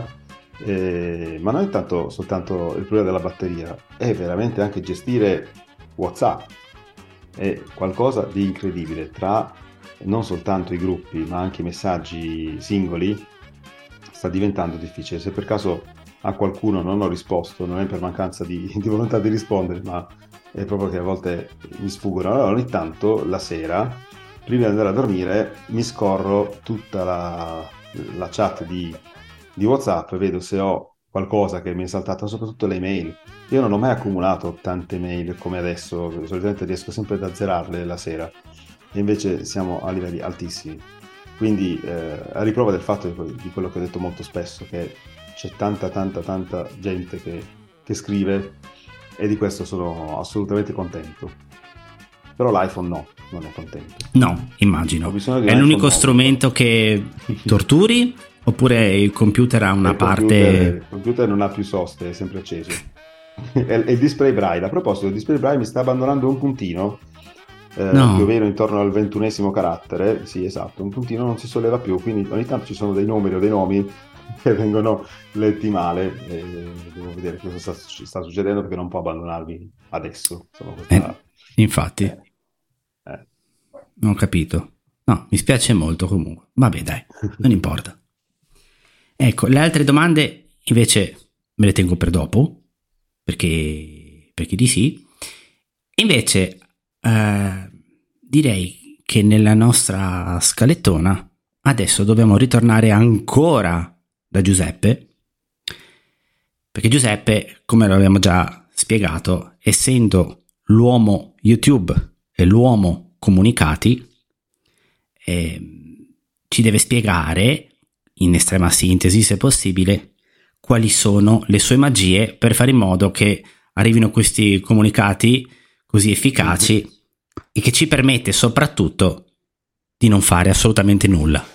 Speaker 3: Ma non è tanto soltanto il problema della batteria, è veramente anche gestire WhatsApp. È qualcosa di incredibile, tra non soltanto i gruppi ma anche i messaggi singoli. Sta diventando difficile. Se per caso a qualcuno non ho risposto, non è per mancanza di volontà di rispondere, ma è proprio che a volte mi sfuggono. Allora ogni tanto la sera, prima di andare a dormire, mi scorro tutta la chat di WhatsApp e vedo se ho qualcosa che mi è saltato, soprattutto le mail. Io non ho mai accumulato tante mail come adesso, solitamente riesco sempre ad azzerarle la sera, e invece siamo a livelli altissimi. Quindi a riprova del fatto di quello che ho detto molto spesso, che c'è tanta gente che scrive, e di questo sono assolutamente contento. Però l'iPhone no, non è contento.
Speaker 2: No, immagino. È l'unico strumento che torturi? Oppure il computer ha una parte...
Speaker 3: Il computer non ha più soste, è sempre acceso. E il display braille, a proposito, il display braille mi sta abbandonando un puntino, più o meno intorno al 21esimo carattere. Sì, esatto, un puntino non si solleva più, quindi ogni tanto ci sono dei numeri o dei nomi che vengono letti male, e devo vedere cosa sta succedendo, perché non può abbandonarmi adesso.
Speaker 2: Infatti. Non ho capito. No, mi spiace molto comunque. Vabbè, dai, non importa. Ecco, le altre domande invece me le tengo per dopo, perché di sì. Invece direi che nella nostra scalettona adesso dobbiamo ritornare ancora da Giuseppe, perché Giuseppe, come lo abbiamo già spiegato, essendo l'uomo YouTube e l'uomo comunicati, ci deve spiegare in estrema sintesi, se possibile, quali sono le sue magie per fare in modo che arrivino questi comunicati così efficaci e che ci permette soprattutto di non fare assolutamente nulla.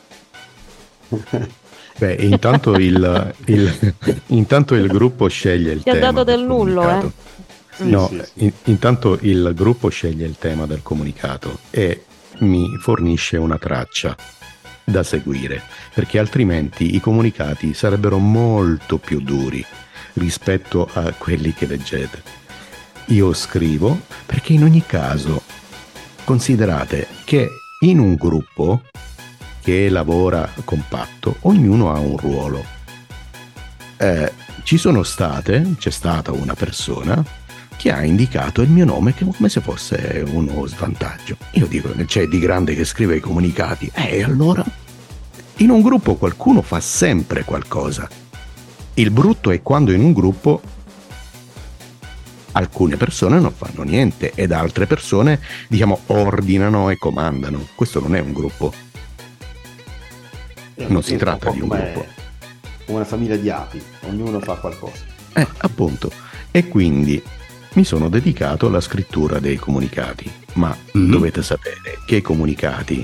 Speaker 7: Beh, intanto il gruppo sceglie il tema.
Speaker 5: Ti ha dato del nullo,
Speaker 7: No, sì. Intanto il gruppo sceglie il tema del comunicato e mi fornisce una traccia da seguire, perché altrimenti i comunicati sarebbero molto più duri rispetto a quelli che leggete. io scrivo, perché in ogni caso considerate che in un gruppo che lavora compatto ognuno ha un ruolo. C'è stata una persona che ha indicato il mio nome come se fosse uno svantaggio. Io dico, c'è di grande che scrive i comunicati, e allora in un gruppo qualcuno fa sempre qualcosa. Il brutto è quando in un gruppo alcune persone non fanno niente ed altre persone, diciamo, ordinano e comandano. Questo non è un gruppo. Non si tratta di un gruppo.
Speaker 3: Una famiglia di api, ognuno fa qualcosa.
Speaker 7: Appunto. E quindi mi sono dedicato alla scrittura dei comunicati, ma dovete sapere che i comunicati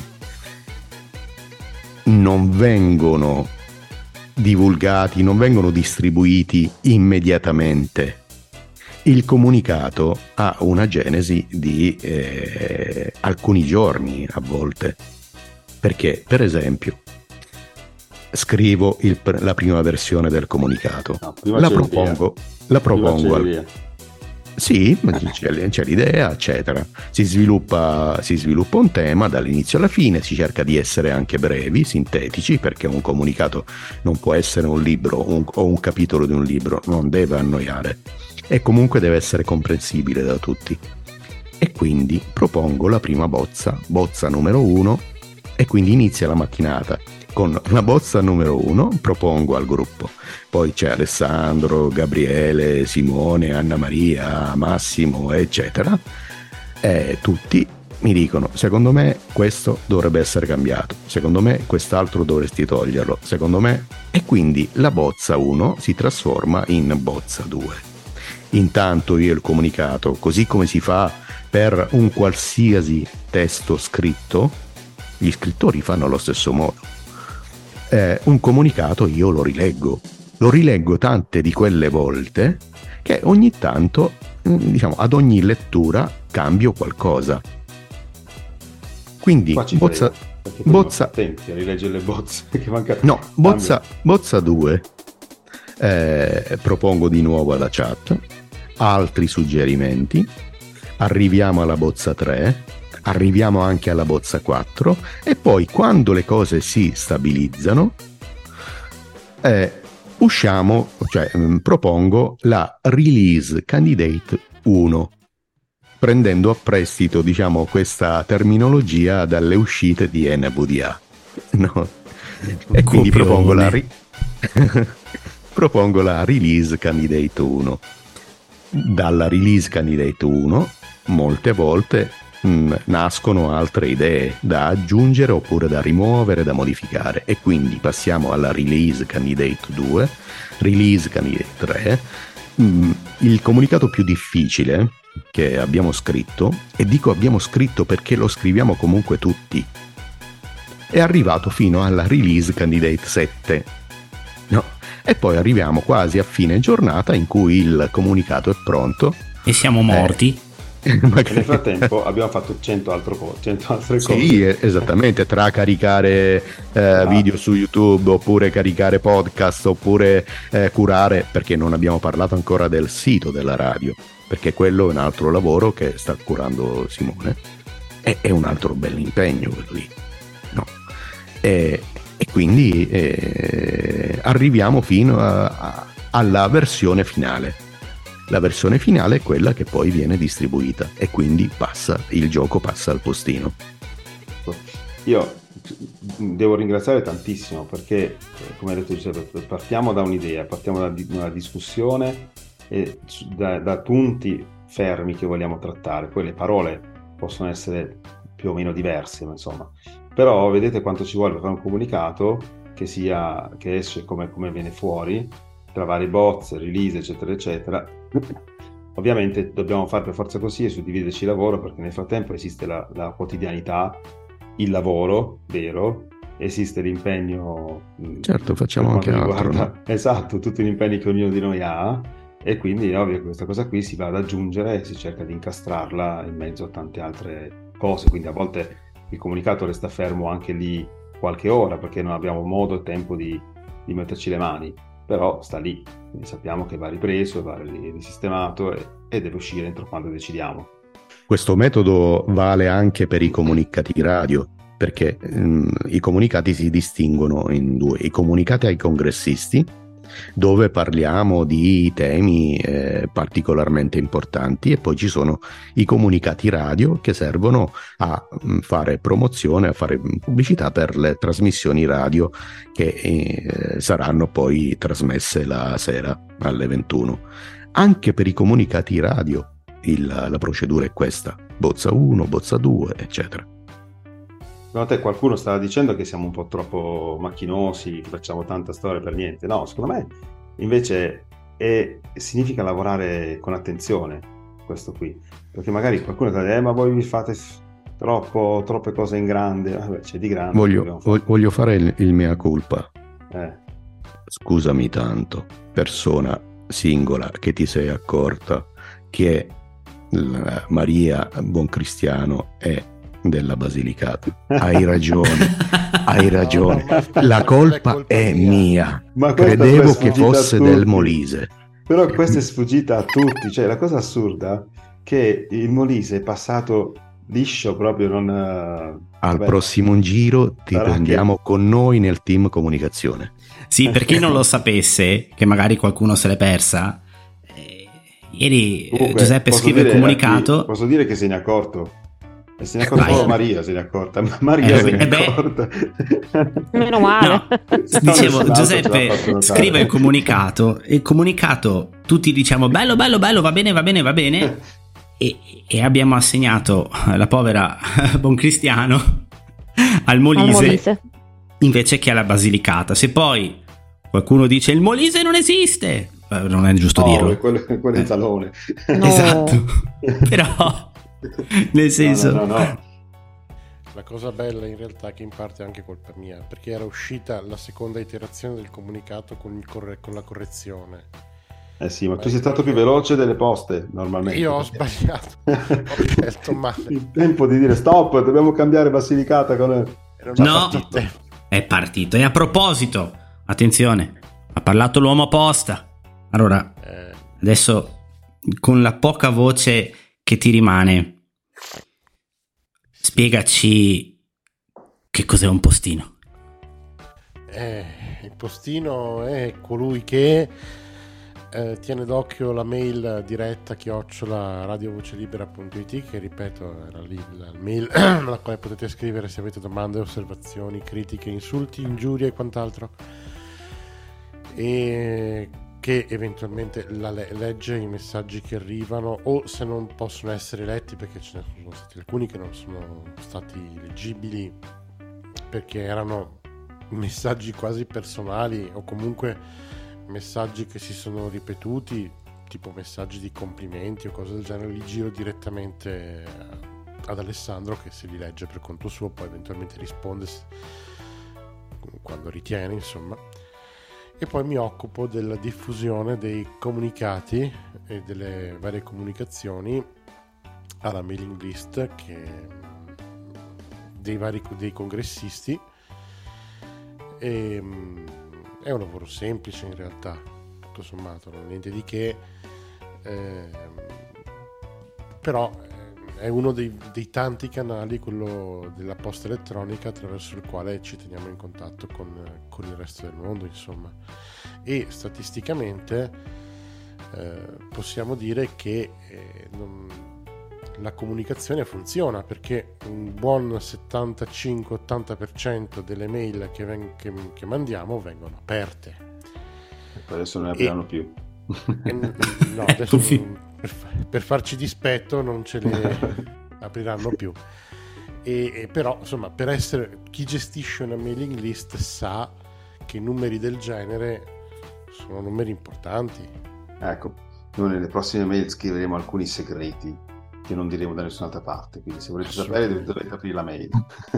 Speaker 7: non vengono divulgati, non vengono distribuiti immediatamente. Il comunicato ha una genesi di alcuni giorni a volte, perché per esempio scrivo la prima versione del comunicato, la propongo sì, c'è l'idea, eccetera. Si sviluppa un tema dall'inizio alla fine, si cerca di essere anche brevi, sintetici, perché un comunicato non può essere un libro o un capitolo di un libro, non deve annoiare e comunque deve essere comprensibile da tutti. E quindi propongo la prima bozza numero 1, e quindi inizia la mattinata con la bozza numero 1, propongo al gruppo. Poi c'è Alessandro, Gabriele, Simone, Anna Maria, Massimo, eccetera. E tutti mi dicono, secondo me questo dovrebbe essere cambiato, secondo me quest'altro dovresti toglierlo, secondo me... E quindi la bozza 1 si trasforma in bozza 2. Intanto io il comunicato, così come si fa per un qualsiasi testo scritto, gli scrittori fanno allo stesso modo. Un comunicato io lo rileggo tante di quelle volte che ogni tanto, diciamo, ad ogni lettura cambio qualcosa. Quindi bozza
Speaker 3: attenti a rileggere le bozze che mancano.
Speaker 7: No, bozza 2 propongo di nuovo alla chat altri suggerimenti, arriviamo alla bozza 3, arriviamo anche alla bozza 4 e poi quando le cose si stabilizzano propongo la release candidate 1, prendendo a prestito, diciamo, questa terminologia dalle uscite di NVDA, no? E quindi propongo la release candidate 1. Dalla release candidate 1 molte volte nascono altre idee da aggiungere oppure da rimuovere, da modificare, e quindi passiamo alla release candidate 2, release candidate 3. Il comunicato più difficile che abbiamo scritto, e dico abbiamo scritto perché lo scriviamo comunque tutti, è arrivato fino alla release candidate 7, no? E poi arriviamo quasi a fine giornata in cui il comunicato è pronto
Speaker 2: e siamo morti.
Speaker 3: Nel frattempo abbiamo fatto 100 altre cose.
Speaker 7: Sì, esattamente, tra caricare video su YouTube oppure caricare podcast oppure curare, perché non abbiamo parlato ancora del sito della radio, perché quello è un altro lavoro che sta curando Simone, è un altro bell'impegno quello lì, no? E quindi arriviamo fino alla versione finale. La versione finale è quella che poi viene distribuita e quindi il gioco passa al postino.
Speaker 3: Io devo ringraziare tantissimo perché, come ha detto Giuseppe, partiamo da un'idea, partiamo da una discussione e da punti fermi che vogliamo trattare. Poi le parole possono essere più o meno diverse, ma insomma. Però vedete quanto ci vuole per fare un comunicato che esce come viene fuori, tra varie bozze, release, eccetera, eccetera. Ovviamente dobbiamo fare per forza così e suddividerci il lavoro, perché nel frattempo esiste la quotidianità, il lavoro vero, esiste l'impegno.
Speaker 7: Certo, facciamo anche altro. No?
Speaker 3: Esatto, tutti gli impegni che ognuno di noi ha, e quindi è ovvio che questa cosa qui si va ad aggiungere e si cerca di incastrarla in mezzo a tante altre cose, quindi a volte il comunicato resta fermo anche lì qualche ora perché non abbiamo modo e tempo di metterci le mani, però sta lì, quindi sappiamo che va ripreso, va risistemato e e deve uscire entro quando decidiamo.
Speaker 7: Questo metodo vale anche per i comunicati radio, perché i comunicati si distinguono in due: i comunicati ai congressisti, dove parliamo di temi particolarmente importanti, e poi ci sono i comunicati radio che servono a fare promozione, a fare pubblicità per le trasmissioni radio che saranno poi trasmesse la sera alle 21. Anche per i comunicati radio la procedura è questa: bozza 1, bozza 2, eccetera.
Speaker 3: Secondo te qualcuno stava dicendo che siamo un po' troppo macchinosi, che facciamo tanta storia per niente? No, secondo me invece significa lavorare con attenzione, questo qui. Perché magari qualcuno dice, ma voi vi fate troppe cose in grande. Vabbè, c'è di grande.
Speaker 7: Voglio fare il mea culpa. Scusami tanto, persona singola, che ti sei accorta che Maria Boncristiano è della Basilicata. Hai ragione. La colpa è mia. Ma credevo che fosse del Molise.
Speaker 3: Però questa è sfuggita a tutti. Cioè, la cosa assurda che il Molise è passato liscio, proprio non...
Speaker 7: Al prossimo giro ti prendiamo con noi nel team comunicazione.
Speaker 2: Sì, per chi non lo sapesse, che magari qualcuno se l'è persa, ieri Giuseppe scrive il comunicato.
Speaker 3: Posso dire che se ne è accorto? E se ne è accorta solo Maria, se ne è accorta. Maria se ne è accorta.
Speaker 5: Meno male.
Speaker 2: No, dicevo, Giuseppe scrive il comunicato, e il comunicato tutti diciamo bello, va bene. E abbiamo assegnato la povera Boncristiano al Molise invece che alla Basilicata. Se poi qualcuno dice il Molise non esiste, non è giusto dirlo.
Speaker 3: Quello è il talone.
Speaker 2: No. Esatto. Però nel senso
Speaker 4: no. La cosa bella in realtà è che in parte è anche colpa mia, perché era uscita la seconda iterazione del comunicato con la correzione.
Speaker 3: Sì, ma tu sei stato più veloce delle poste normalmente.
Speaker 4: Io ho sbagliato, ho scelto male.
Speaker 3: Il tempo di dire stop, dobbiamo cambiare Basilicata con...
Speaker 2: No, è partito. E a proposito, attenzione, ha parlato l'uomo apposta. Allora, adesso con la poca voce che ti rimane, spiegaci che cos'è un postino.
Speaker 4: Il postino è colui che tiene d'occhio la mail diretta @radiovocelibera.it, che ripeto era lì la mail alla quale potete scrivere se avete domande, osservazioni, critiche, insulti, ingiurie e quant'altro, e che eventualmente legge i messaggi che arrivano, o se non possono essere letti, perché ce ne sono stati alcuni che non sono stati leggibili perché erano messaggi quasi personali, o comunque messaggi che si sono ripetuti, tipo messaggi di complimenti o cose del genere. Li giro direttamente ad Alessandro, che se li legge per conto suo, poi eventualmente risponde quando ritiene, insomma. E poi mi occupo della diffusione dei comunicati e delle varie comunicazioni alla mailing list dei congressisti. E è un lavoro semplice in realtà, tutto sommato, non niente di che, però è uno dei tanti canali, quello della posta elettronica, attraverso il quale ci teniamo in contatto con il resto del mondo, insomma. E statisticamente possiamo dire che la comunicazione funziona, perché un buon 75-80% delle mail che mandiamo vengono aperte.
Speaker 3: Adesso non ne apriranno più.
Speaker 4: No, adesso per farci dispetto non ce le apriranno più. E però, insomma, per essere chi gestisce una mailing list sa che numeri del genere sono numeri importanti.
Speaker 3: Ecco, noi nelle prossime mail scriveremo alcuni segreti che non diremo da nessun'altra parte, quindi se volete sapere dovete aprire la mail.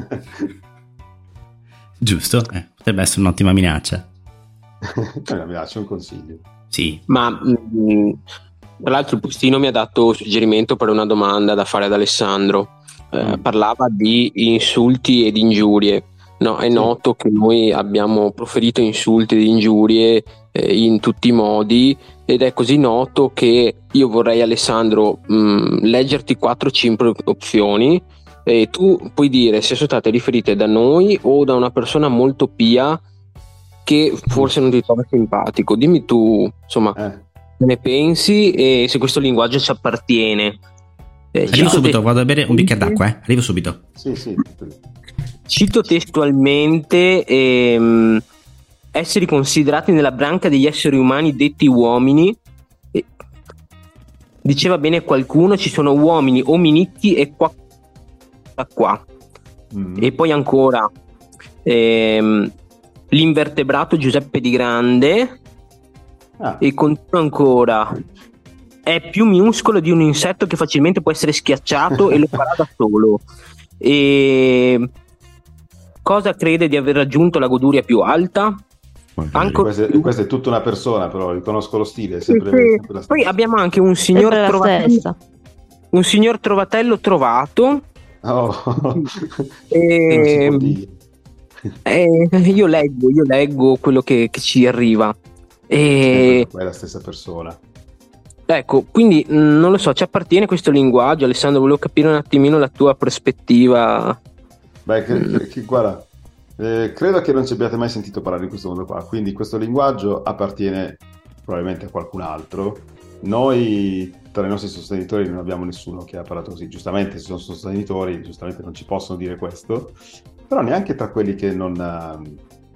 Speaker 2: Giusto, potrebbe essere un'ottima minaccia.
Speaker 3: Una minaccia, un consiglio.
Speaker 2: Sì.
Speaker 6: Ma tra l'altro il postino mi ha dato suggerimento per una domanda da fare ad Alessandro. Parlava di insulti ed ingiurie. No, è noto che noi abbiamo proferito insulti ed ingiurie in tutti i modi, ed è così noto che io vorrei, Alessandro, leggerti 4-5 opzioni e tu puoi dire se sono state riferite da noi o da una persona molto pia che forse non ti trova simpatico. Dimmi tu, insomma, che ne pensi e se questo linguaggio ci appartiene.
Speaker 2: Arrivo subito, vado a bere un bicchiere d'acqua, arrivo subito.
Speaker 3: Sì.
Speaker 6: Cito testualmente: esseri considerati nella branca degli esseri umani detti uomini. Diceva bene qualcuno, ci sono uomini ominitti e qua. E poi ancora l'invertebrato Giuseppe Di Grande. E continua ancora: è più minuscolo di un insetto che facilmente può essere schiacciato e lo farà da solo. E cosa crede di aver raggiunto la goduria più alta?
Speaker 3: Questa è tutta una persona, però riconosco lo stile, sempre la
Speaker 6: poi abbiamo anche un signor trovatello trovato. Io leggo quello che ci arriva
Speaker 3: è la stessa persona.
Speaker 6: Ecco, quindi non lo so, ci appartiene questo linguaggio. Alessandro, volevo capire un attimino la tua prospettiva.
Speaker 3: Guarda, credo che non ci abbiate mai sentito parlare di questo mondo qua, quindi questo linguaggio appartiene probabilmente a qualcun altro. Noi tra i nostri sostenitori non abbiamo nessuno che ha parlato così. Giustamente, se sono sostenitori, giustamente non ci possono dire questo, però neanche tra quelli che non...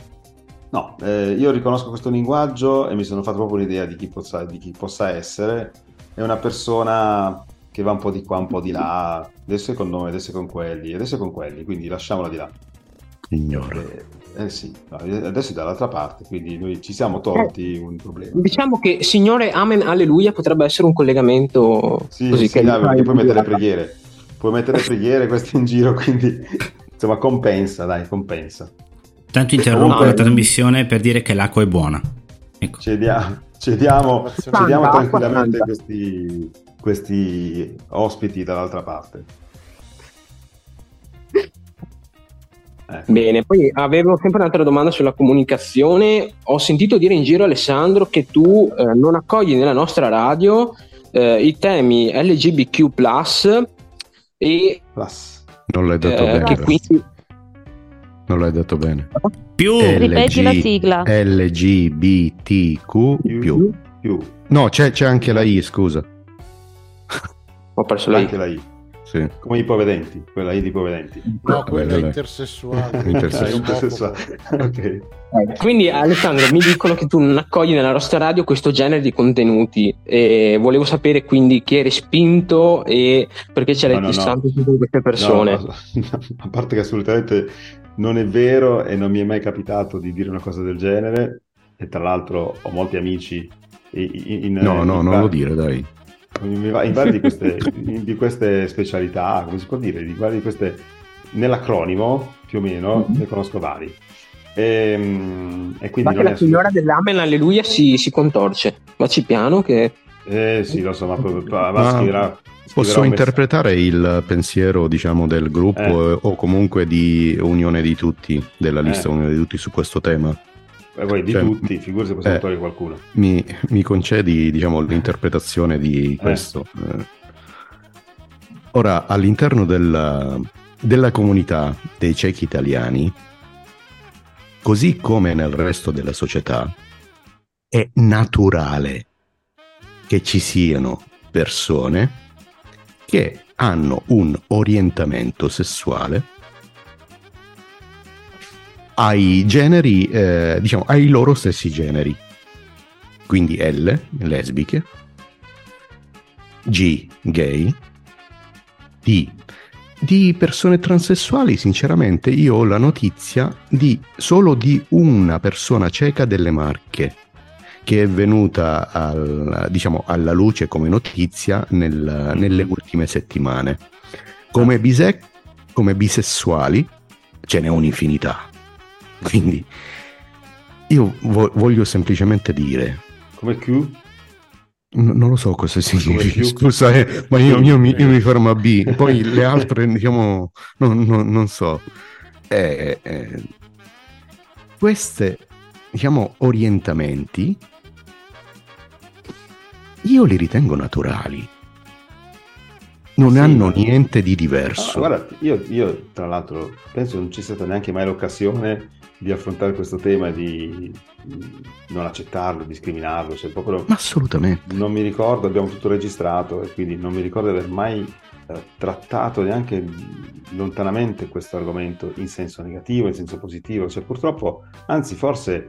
Speaker 3: io riconosco questo linguaggio e mi sono fatto proprio un'idea di chi possa essere. È una persona che va un po' di qua, un po' di là, adesso è con noi, adesso è con quelli, adesso è con quelli, quindi lasciamola di là.
Speaker 7: Ignora.
Speaker 3: Sì, adesso è dall'altra parte, quindi noi ci siamo tolti un problema.
Speaker 6: Diciamo che Signore Amen Alleluia potrebbe essere un collegamento così che
Speaker 3: perché puoi mettere preghiere queste in giro, quindi insomma compensa.
Speaker 2: Tanto interrompo la trasmissione per dire che l'acqua è buona. Ecco.
Speaker 3: Cediamo tranquillamente questi ospiti dall'altra parte.
Speaker 6: Bene, poi avevo sempre un'altra domanda sulla comunicazione. Ho sentito dire in giro, Alessandro, che tu non accogli nella nostra radio i temi LGBTQ+ e
Speaker 7: non l'hai detto bene.
Speaker 6: Che quindi...
Speaker 7: Non l'hai detto bene.
Speaker 5: Più ripeti la sigla.
Speaker 7: LGBTQ+. No, c'è anche la I, scusa.
Speaker 6: Ho perso la I.
Speaker 3: Anche la I. Sì. Come i ipovedenti, quella I di ipovedenti.
Speaker 4: No, quella è intersessuale.
Speaker 3: Ok.
Speaker 6: Quindi Alessandro, mi dicono che tu non accogli nella nostra radio questo genere di contenuti e volevo sapere quindi chi è respinto e perché c'è la distanza con queste persone.
Speaker 3: No, a parte che assolutamente non è vero e non mi è mai capitato di dire una cosa del genere, e tra l'altro ho molti amici
Speaker 7: non lo dire, dai.
Speaker 3: In vari di queste specialità, come si può dire, di queste nell'acronimo più o meno ne conosco vari. E quindi
Speaker 6: ma che la signora dell'Amen Alleluia si contorce, vacci piano che
Speaker 3: sì, lo so, ma scriverà
Speaker 7: posso interpretare il pensiero, diciamo, del gruppo o comunque di unione di tutti, della lista unione di tutti su questo tema.
Speaker 3: Poi di tutti, figurati se possiamo togliere qualcuno.
Speaker 7: Mi concedi, diciamo, l'interpretazione di questo. Ora, all'interno della comunità dei ciechi italiani, così come nel resto della società, è naturale che ci siano persone che hanno un orientamento sessuale ai generi, diciamo, ai loro stessi generi. Quindi L, lesbiche, G, gay, di persone transessuali. Sinceramente io ho la notizia solo di una persona cieca delle Marche che è venuta alla luce come notizia nelle ultime settimane. Come bisessuali ce n'è un'infinità. Quindi io voglio semplicemente dire,
Speaker 3: come Q?
Speaker 7: Non lo so cosa significa, scusa, ma io mi fermo a B, poi le altre, diciamo, non so. Queste, diciamo, orientamenti io li ritengo naturali. Non hanno niente di diverso.
Speaker 3: Guarda, io tra l'altro penso non ci sia stata neanche mai l'occasione di affrontare questo tema e di non accettarlo, discriminarlo, cioè proprio
Speaker 7: Ma assolutamente.
Speaker 3: non mi ricordo, abbiamo tutto registrato e quindi non mi ricordo di aver mai trattato neanche lontanamente questo argomento in senso negativo, in senso positivo, cioè purtroppo, anzi forse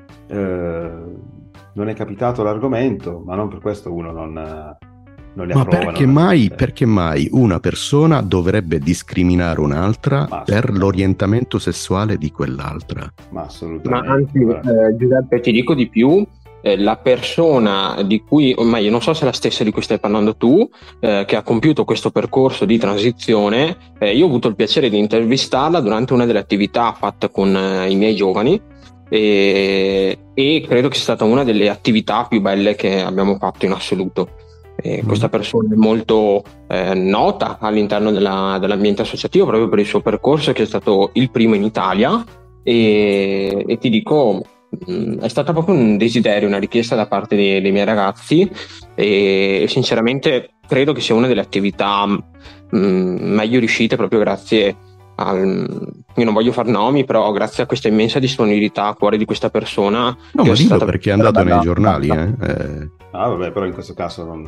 Speaker 3: non è capitato l'argomento, ma non per questo uno non li approva.
Speaker 7: Perché mai una persona dovrebbe discriminare un'altra per l'orientamento sessuale di quell'altra?
Speaker 3: Ma assolutamente.
Speaker 6: Ma anzi, Giuseppe, ti dico di più. La persona di cui, ormai io non so se è la stessa di cui stai parlando tu, che ha compiuto questo percorso di transizione, io ho avuto il piacere di intervistarla durante una delle attività fatte con i miei giovani e credo che sia stata una delle attività più belle che abbiamo fatto in assoluto. Questa persona è molto nota all'interno dell'ambiente associativo proprio per il suo percorso, che è stato il primo in Italia, e ti dico, è stata proprio un desiderio, una richiesta da parte dei miei ragazzi, e sinceramente credo che sia una delle attività meglio riuscite proprio grazie io non voglio far nomi, però grazie a questa immensa disponibilità a cuore di questa persona.
Speaker 7: No, ma dillo perché è andato nei giornali.
Speaker 3: Vabbè, però in questo caso non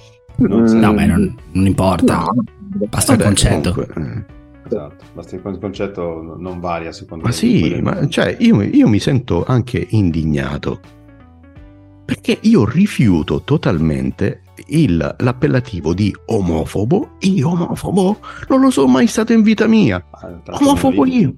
Speaker 2: importa. No, basta il concetto.
Speaker 3: Esatto, basta il concetto, non varia secondo me.
Speaker 7: Ma sì, ma cioè io mi sento anche indignato perché io rifiuto totalmente l'appellativo di omofobo. Io omofobo non lo sono mai stato in vita mia. Omofobo io.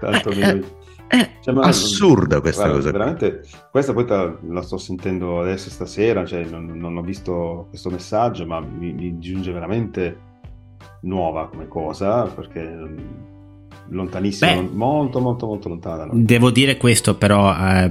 Speaker 7: È assurda questa cosa.
Speaker 3: Veramente, questa poi la sto sentendo adesso stasera, cioè non ho visto questo messaggio, ma mi giunge veramente nuova come cosa, perché lontanissima, molto molto molto lontana da noi.
Speaker 2: Devo dire questo però,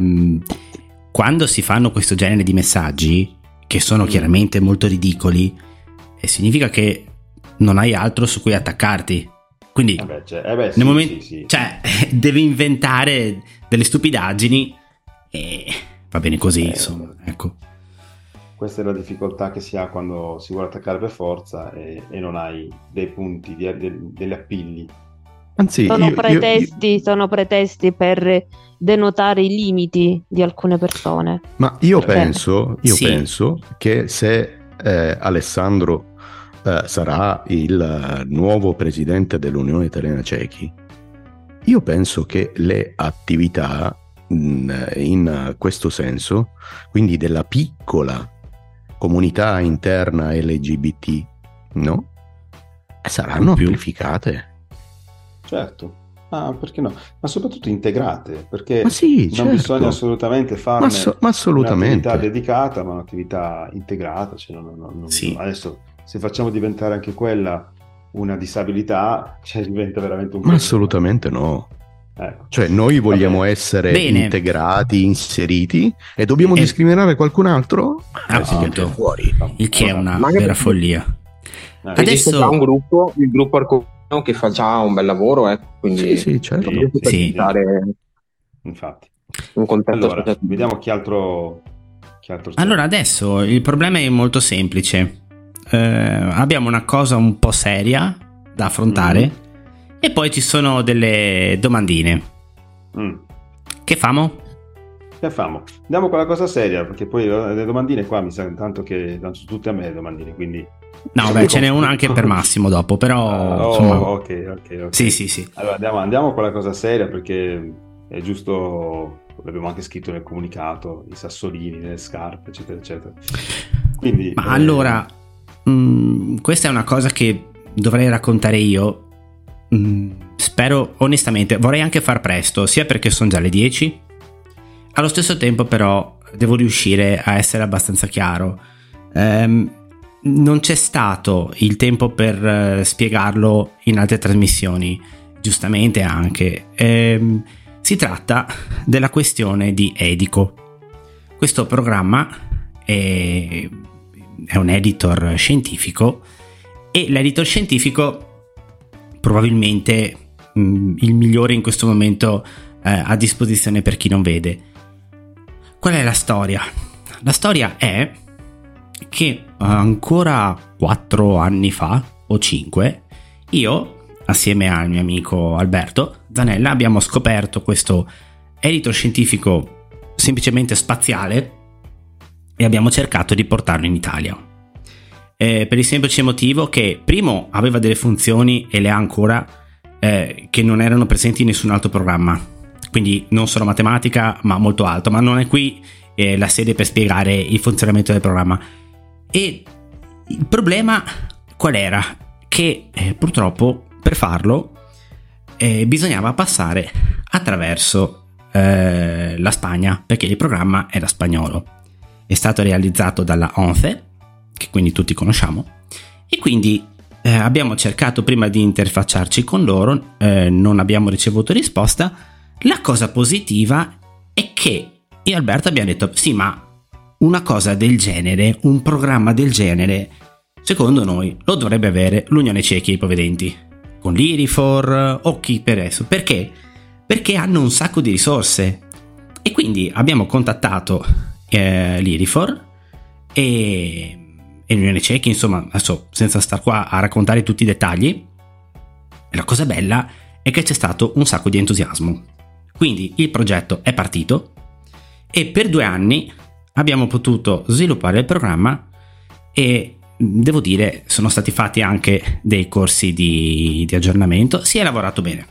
Speaker 2: quando si fanno questo genere di messaggi che sono chiaramente molto ridicoli, significa che non hai altro su cui attaccarti, quindi nel momento, cioè, devi inventare delle stupidaggini e va bene così, insomma, ecco.
Speaker 3: Questa è la difficoltà che si ha quando si vuole attaccare per forza e non hai dei punti, degli appigli.
Speaker 7: Anzi,
Speaker 5: sono pretesti per denotare i limiti di alcune persone.
Speaker 7: Ma io penso che se Alessandro sarà il nuovo presidente dell'Unione Italiana Cechi, io penso che le attività in questo senso, quindi della piccola comunità interna LGBT, no? Saranno amplificate.
Speaker 3: Certo, perché no? Ma soprattutto integrate, perché
Speaker 7: non
Speaker 3: bisogna assolutamente farne un'attività dedicata, ma un'attività integrata. Cioè adesso, se facciamo diventare anche quella una disabilità, diventa veramente un problema.
Speaker 7: Ma assolutamente no.
Speaker 3: Ecco.
Speaker 7: Cioè noi vogliamo essere integrati, inseriti, e dobbiamo discriminare qualcun altro?
Speaker 2: Appunto, fuori. Il che è una vera follia.
Speaker 6: Adesso c'è un gruppo, il gruppo Arcobaleno, che fa già un bel lavoro, quindi
Speaker 7: sì, certo.
Speaker 3: Infatti.
Speaker 6: Un contesto
Speaker 3: allora, vediamo chi altro c'è.
Speaker 2: Allora, adesso il problema è molto semplice. Abbiamo una cosa un po' seria da affrontare e poi ci sono delle domandine. Che famo?
Speaker 3: Andiamo con la cosa seria, perché poi le domandine qua mi sa tanto che sono tutte a me le domandine, quindi
Speaker 2: no, ce n'è una anche per Massimo dopo, però
Speaker 3: ok.
Speaker 2: Sì.
Speaker 3: Allora andiamo con la cosa seria, perché è giusto, l'abbiamo anche scritto nel comunicato, i sassolini nelle scarpe, eccetera eccetera. Quindi
Speaker 2: allora questa è una cosa che dovrei raccontare io. Spero, onestamente, vorrei anche far presto, sia perché sono già le 10, allo stesso tempo però devo riuscire a essere abbastanza chiaro. Non c'è stato il tempo per spiegarlo in altre trasmissioni, giustamente anche. Si tratta della questione di Edico. Questo programma è un editor scientifico, e l'editor scientifico probabilmente il migliore in questo momento a disposizione per chi non vede. Qual è la storia? La storia è che ancora 4 anni fa o 5 io, assieme al mio amico Alberto Zanella, abbiamo scoperto questo edito scientifico semplicemente spaziale e abbiamo cercato di portarlo in Italia. Per il semplice motivo che, primo, aveva delle funzioni, e le ha ancora, che non erano presenti in nessun altro programma, quindi non solo matematica ma molto alto, ma non è qui la sede per spiegare il funzionamento del programma. E il problema qual era? Che purtroppo per farlo bisognava passare attraverso la Spagna, perché il programma era spagnolo. È stato realizzato dalla ONCE, che quindi tutti conosciamo, e quindi abbiamo cercato prima di interfacciarci con loro, non abbiamo ricevuto risposta. La cosa positiva è che io e Alberto abbiamo detto sì, ma una cosa del genere, un programma del genere, secondo noi lo dovrebbe avere l'Unione Cechi Ipovedenti, con l'Irifor o chi per esso. Perché? Perché hanno un sacco di risorse, e quindi abbiamo contattato l'Irifor e l'Unione Cechi, insomma, adesso senza star qua a raccontare tutti i dettagli. La cosa bella è che c'è stato un sacco di entusiasmo, quindi il progetto è partito e per 2 anni abbiamo potuto sviluppare il programma, e devo dire sono stati fatti anche dei corsi di aggiornamento, si è lavorato bene.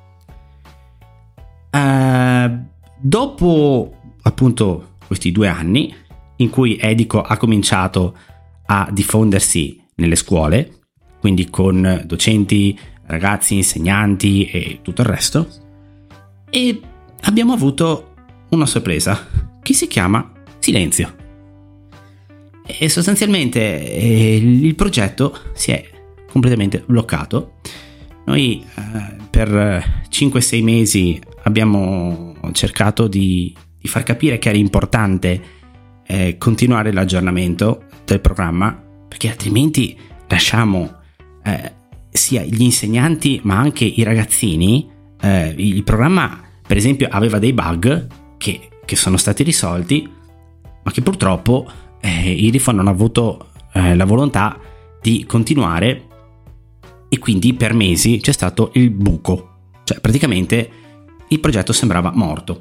Speaker 2: Dopo appunto questi 2 anni in cui Edico ha cominciato a diffondersi nelle scuole, quindi con docenti, ragazzi, insegnanti e tutto il resto, e abbiamo avuto una sorpresa che si chiama silenzio, e sostanzialmente il progetto si è completamente bloccato. Noi per 5-6 mesi abbiamo cercato di far capire che era importante continuare l'aggiornamento del programma, perché altrimenti lasciamo sia gli insegnanti ma anche i ragazzini. Il programma per esempio aveva dei bug che sono stati risolti, ma che purtroppo i Irifor non ha avuto la volontà di continuare, e quindi per mesi c'è stato il buco, cioè praticamente il progetto sembrava morto.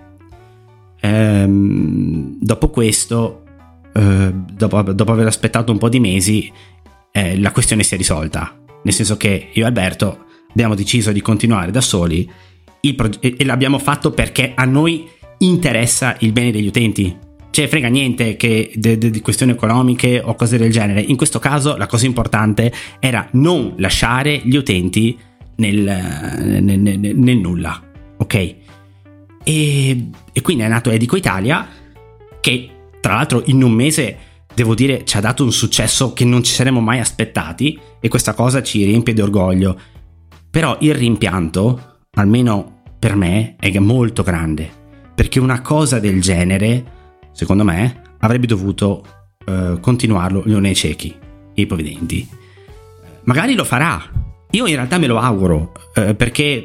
Speaker 2: Dopo questo, dopo aver aspettato un po' di mesi, la questione si è risolta, nel senso che io e Alberto abbiamo deciso di continuare da soli e l'abbiamo fatto perché a noi interessa il bene degli utenti, cioè frega niente che di questioni economiche o cose del genere. In questo caso la cosa importante era non lasciare gli utenti nel nulla, ok? E quindi è nato Edico Italia, che tra l'altro in un mese, devo dire, ci ha dato un successo che non ci saremmo mai aspettati, e questa cosa ci riempie di orgoglio. Però il rimpianto, almeno per me, è molto grande, perché una cosa del genere, secondo me, avrebbe dovuto continuarlo l'Unione Cechi Ipovedenti. Magari lo farà, io in realtà me lo auguro, perché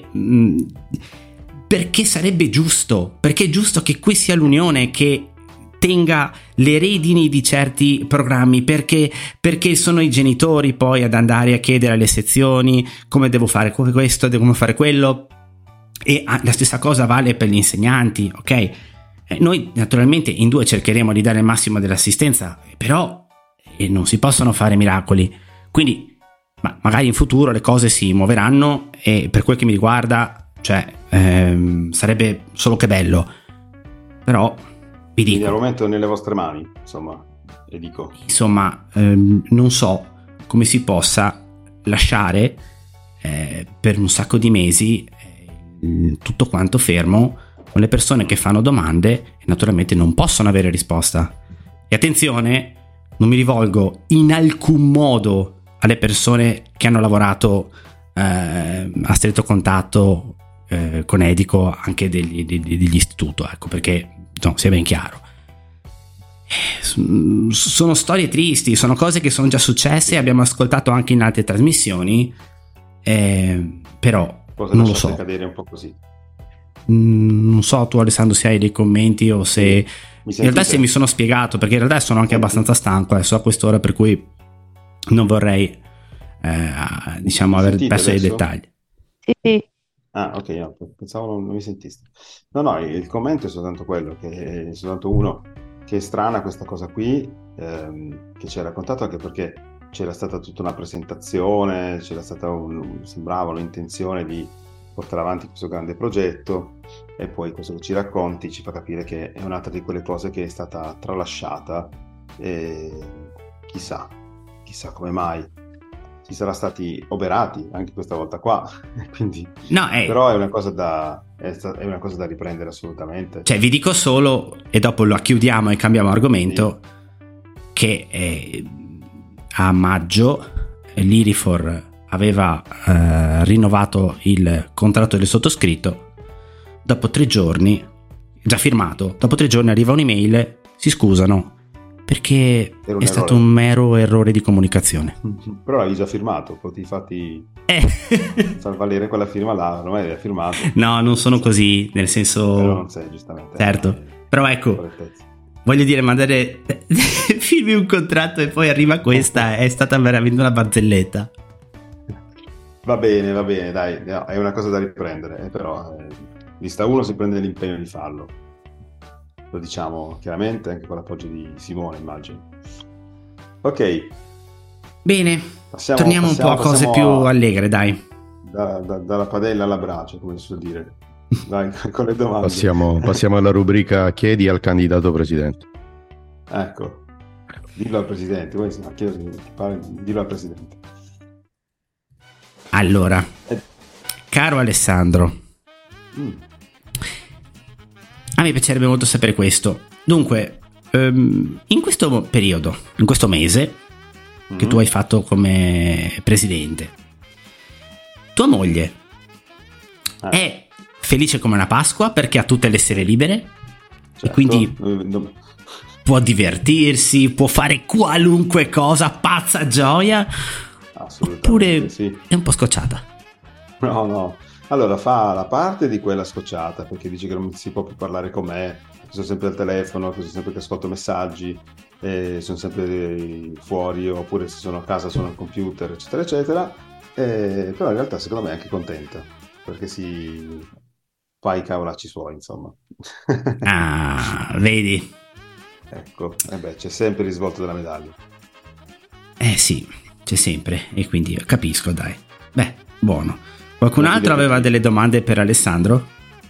Speaker 2: sarebbe giusto, perché è giusto che qui sia l'Unione che tenga le redini di certi programmi, perché sono i genitori poi ad andare a chiedere alle sezioni come devo fare questo, come fare quello, e la stessa cosa vale per gli insegnanti, ok? Noi naturalmente in 2 cercheremo di dare il massimo dell'assistenza, però non si possono fare miracoli, quindi magari in futuro le cose si muoveranno, e per quel che mi riguarda, cioè sarebbe solo che bello, però vi dico,
Speaker 3: quindi al momento è nelle vostre mani, insomma, e dico,
Speaker 2: insomma, non so come si possa lasciare per un sacco di mesi tutto quanto fermo, con le persone che fanno domande e naturalmente non possono avere risposta. E attenzione, non mi rivolgo in alcun modo alle persone che hanno lavorato a stretto contatto con Edico, anche degli istituto, ecco, perché no, sia ben chiaro, sono storie tristi, sono cose che sono già successe, abbiamo ascoltato anche in altre trasmissioni, però
Speaker 3: cosa
Speaker 2: non lo so,
Speaker 3: cadere un po' così.
Speaker 2: Non so tu Alessandro se hai dei commenti o se In realtà se mi sono spiegato, perché in realtà sono anche abbastanza stanco adesso a quest'ora, per cui non vorrei diciamo aver perso dei dettagli.
Speaker 5: Sì.
Speaker 3: Ah, ok, no, pensavo non mi sentiste. No, il commento è soltanto quello, che è soltanto uno, che è strana questa cosa qui, che ci hai raccontato, anche perché c'era stata tutta una presentazione, c'era stata sembrava un'intenzione di portare avanti questo grande progetto, e poi questo che ci racconti ci fa capire che è un'altra di quelle cose che è stata tralasciata, e chissà come mai ci sarà stati oberati anche questa volta qua. Quindi però è una cosa da riprendere assolutamente.
Speaker 2: Cioè, vi dico solo, e dopo lo chiudiamo e cambiamo argomento, che a maggio l'Irifor aveva rinnovato il contratto del sottoscritto. Dopo 3 giorni, già firmato, dopo 3 giorni arriva un'email, si scusano perché è stato un mero errore di comunicazione.
Speaker 3: Però l'avevi già firmato, potevi far valere quella firma là, ormai avevi firmato.
Speaker 2: No, non sono così, nel senso...
Speaker 3: Però non sei, giustamente.
Speaker 2: Certo, però ecco, voglio dire, mandare firmi un contratto e poi arriva questa, è stata veramente una barzelletta.
Speaker 3: Va bene, dai, no, è una cosa da riprendere, però lista uno si prende l'impegno di farlo. Lo diciamo chiaramente, anche con l'appoggio di Simone, immagino. Ok.
Speaker 2: Bene, torniamo un po' a cose più allegre, dai.
Speaker 3: Dalla padella alla brace, come si suol dire. Dai, con le domande.
Speaker 7: Passiamo alla rubrica chiedi al candidato presidente.
Speaker 3: Ecco, dillo al presidente. Dillo al presidente.
Speaker 2: Allora, caro Alessandro, a me piacerebbe molto sapere questo. Dunque, in questo periodo, in questo mese che tu hai fatto come presidente, tua moglie è felice come una Pasqua perché ha tutte le sere libere, certo, e quindi può divertirsi, può fare qualunque cosa, pazza gioia, oppure sì, è un po' scocciata?
Speaker 3: No. Allora fa la parte di quella scocciata, perché dice che non si può più parlare con me, che sono sempre al telefono, che sono sempre che ascolto messaggi, sono sempre fuori, oppure se sono a casa sono al computer, eccetera eccetera. Però in realtà secondo me è anche contenta, perché si fa i cavolacci suoi, insomma.
Speaker 2: Ah, vedi?
Speaker 3: Ecco, c'è sempre il risvolto della medaglia.
Speaker 2: Sì, c'è sempre, e quindi capisco, dai. Beh, buono. Qualcun altro aveva delle domande per Alessandro?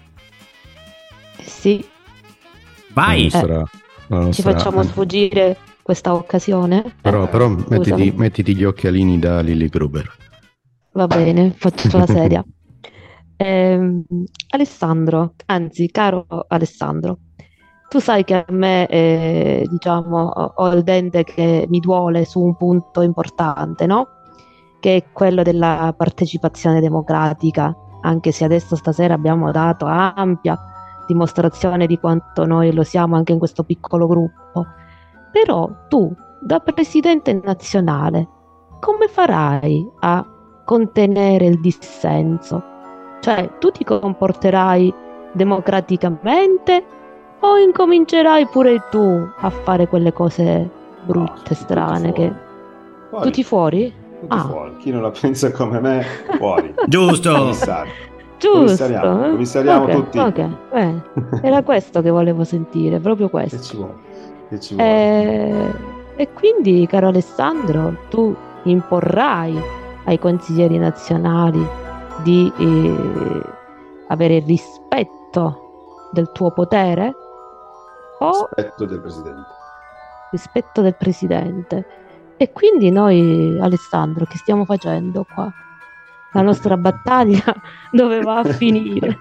Speaker 5: Sì.
Speaker 2: Vai!
Speaker 5: Ci facciamo sfuggire questa occasione?
Speaker 7: Però mettiti gli occhialini da Lily Gruber.
Speaker 5: Va bene, faccio la seria. Alessandro, anzi, caro Alessandro, tu sai che a me, diciamo, ho il dente che mi duole su un punto importante, no? Che è quello della partecipazione democratica, anche se adesso stasera abbiamo dato ampia dimostrazione di quanto noi lo siamo anche in questo piccolo gruppo. Però tu, da presidente nazionale, come farai a contenere il dissenso? Cioè, tu ti comporterai democraticamente o incomincerai pure tu a fare quelle cose brutte, strane? Tutti fuori?
Speaker 3: Fuori. Chi non la pensa come me, fuori.
Speaker 2: Giusto.
Speaker 3: Commissariamo tutti.
Speaker 5: Bene. Era questo che volevo sentire, proprio questo.
Speaker 3: Che ci vuole.
Speaker 5: E quindi, caro Alessandro, tu imporrai ai consiglieri nazionali di avere il rispetto del tuo potere o rispetto del presidente. E quindi noi, Alessandro, che stiamo facendo qua? La nostra battaglia dove va a finire?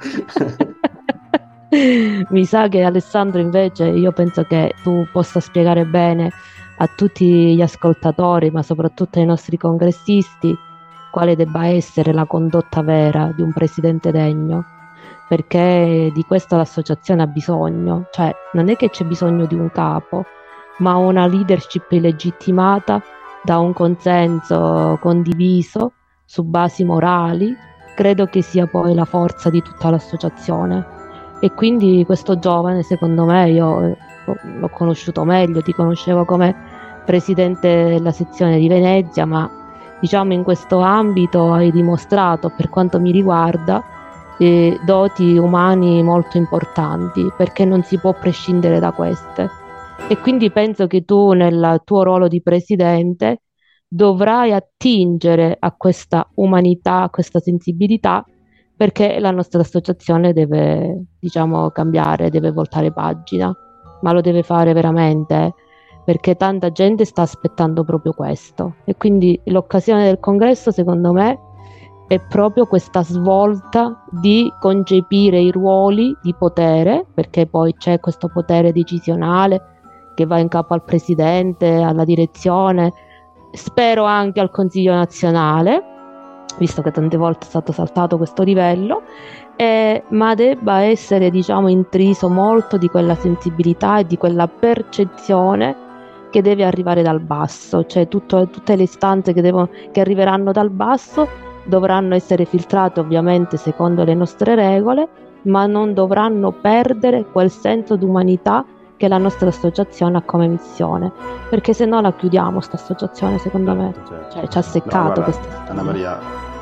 Speaker 5: Mi sa che, Alessandro, invece, io penso che tu possa spiegare bene a tutti gli ascoltatori, ma soprattutto ai nostri congressisti, quale debba essere la condotta vera di un presidente degno, perché di questo l'associazione ha bisogno. Cioè, non è che c'è bisogno di un capo, ma una leadership legittimata da un consenso condiviso su basi morali. Credo che sia poi la forza di tutta l'associazione. E quindi questo giovane, secondo me, io l'ho conosciuto meglio, ti conoscevo come presidente della sezione di Venezia, ma diciamo in questo ambito hai dimostrato, per quanto mi riguarda, doti umani molto importanti, perché non si può prescindere da queste. E quindi penso che tu nel tuo ruolo di presidente dovrai attingere a questa umanità, a questa sensibilità, perché la nostra associazione deve, diciamo, cambiare, deve voltare pagina, ma lo deve fare veramente, perché tanta gente sta aspettando proprio questo. E quindi l'occasione del congresso, secondo me, è proprio questa svolta di concepire i ruoli di potere, perché poi c'è questo potere decisionale che va in capo al presidente, alla direzione, spero anche al Consiglio nazionale, visto che tante volte è stato saltato questo livello, ma debba essere, diciamo, intriso molto di quella sensibilità e di quella percezione che deve arrivare dal basso, cioè tutte le istanze che arriveranno dal basso dovranno essere filtrate ovviamente secondo le nostre regole, ma non dovranno perdere quel senso d'umanità che la nostra associazione ha come missione, perché se no la chiudiamo sta associazione, secondo me.
Speaker 3: Certo.
Speaker 5: Cioè, ci ha seccato
Speaker 3: no,
Speaker 5: questa
Speaker 3: Anna Maria,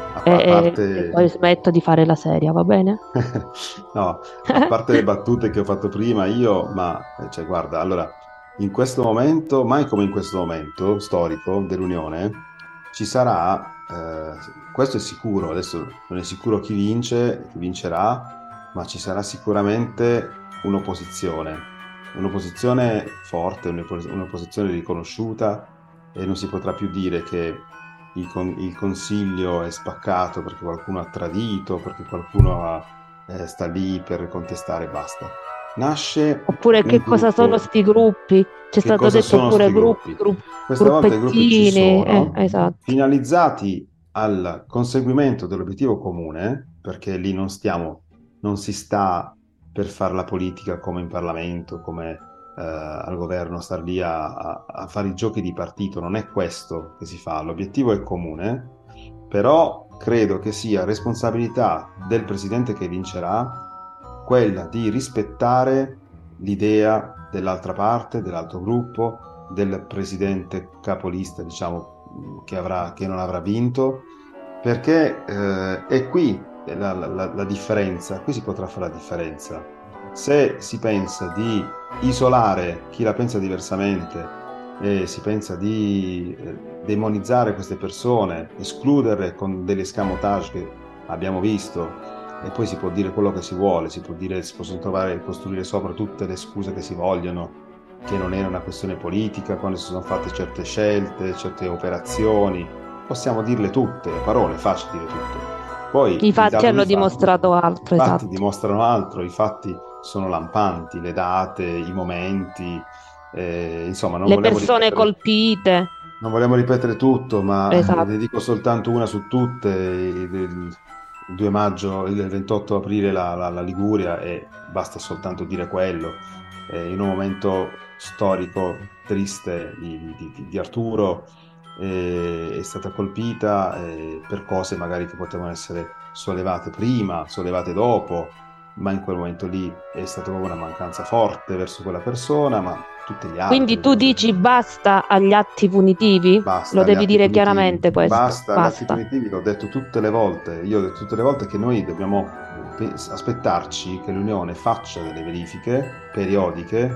Speaker 5: e poi smetto di fare la seria, va bene?
Speaker 3: No, a parte le battute che ho fatto prima cioè, guarda, allora, in questo momento, mai come in questo momento storico dell'Unione, ci sarà, questo è sicuro, adesso non è sicuro chi vincerà, ma ci sarà sicuramente un'opposizione forte, un'opposizione riconosciuta, e non si potrà più dire che il Consiglio è spaccato perché qualcuno ha tradito, perché qualcuno sta lì per contestare, basta. Nasce
Speaker 5: oppure che cosa sono sti gruppi? C'è stato detto pure gruppi.
Speaker 3: Questa volta i gruppi ci sono,
Speaker 5: esatto,
Speaker 3: finalizzati al conseguimento dell'obiettivo comune, perché lì non si sta per fare la politica come in Parlamento, come al governo, star lì a fare i giochi di partito, non è questo che si fa, l'obiettivo è comune, però credo che sia responsabilità del presidente che vincerà quella di rispettare l'idea dell'altra parte, dell'altro gruppo, del presidente capolista, diciamo, che non avrà vinto, perché è qui la differenza, qui si potrà fare la differenza. Se si pensa di isolare chi la pensa diversamente e si pensa di demonizzare queste persone, escluderle con degli escamotage che abbiamo visto, e poi si può dire quello che si vuole, si possono costruire sopra tutte le scuse che si vogliono, che non era una questione politica quando si sono fatte certe scelte, certe operazioni, possiamo dirle tutte, a parole è facile dire tutto. Poi
Speaker 5: i fatti hanno dimostrato altro,
Speaker 3: i fatti
Speaker 5: esatto.
Speaker 3: dimostrano altro, i fatti sono lampanti, le date, i momenti, insomma,
Speaker 5: le persone colpite.
Speaker 3: Non vogliamo ripetere tutto, ma
Speaker 5: esatto.
Speaker 3: ne dico soltanto una su tutte. Il 2 maggio, il 28 aprile la Liguria, e basta soltanto dire quello. In un momento storico triste di Arturo, è stata colpita per cose magari che potevano essere sollevate prima, sollevate dopo, ma in quel momento lì è stata proprio una mancanza forte verso quella persona, ma tutti gli altri.
Speaker 5: Quindi tu dici basta agli atti punitivi?
Speaker 3: Basta,
Speaker 5: lo devi dire
Speaker 3: punitivi.
Speaker 5: Chiaramente questo.
Speaker 3: Basta agli atti punitivi, l'ho detto tutte le volte. Io ho detto tutte le volte che noi dobbiamo aspettarci che l'Unione faccia delle verifiche periodiche,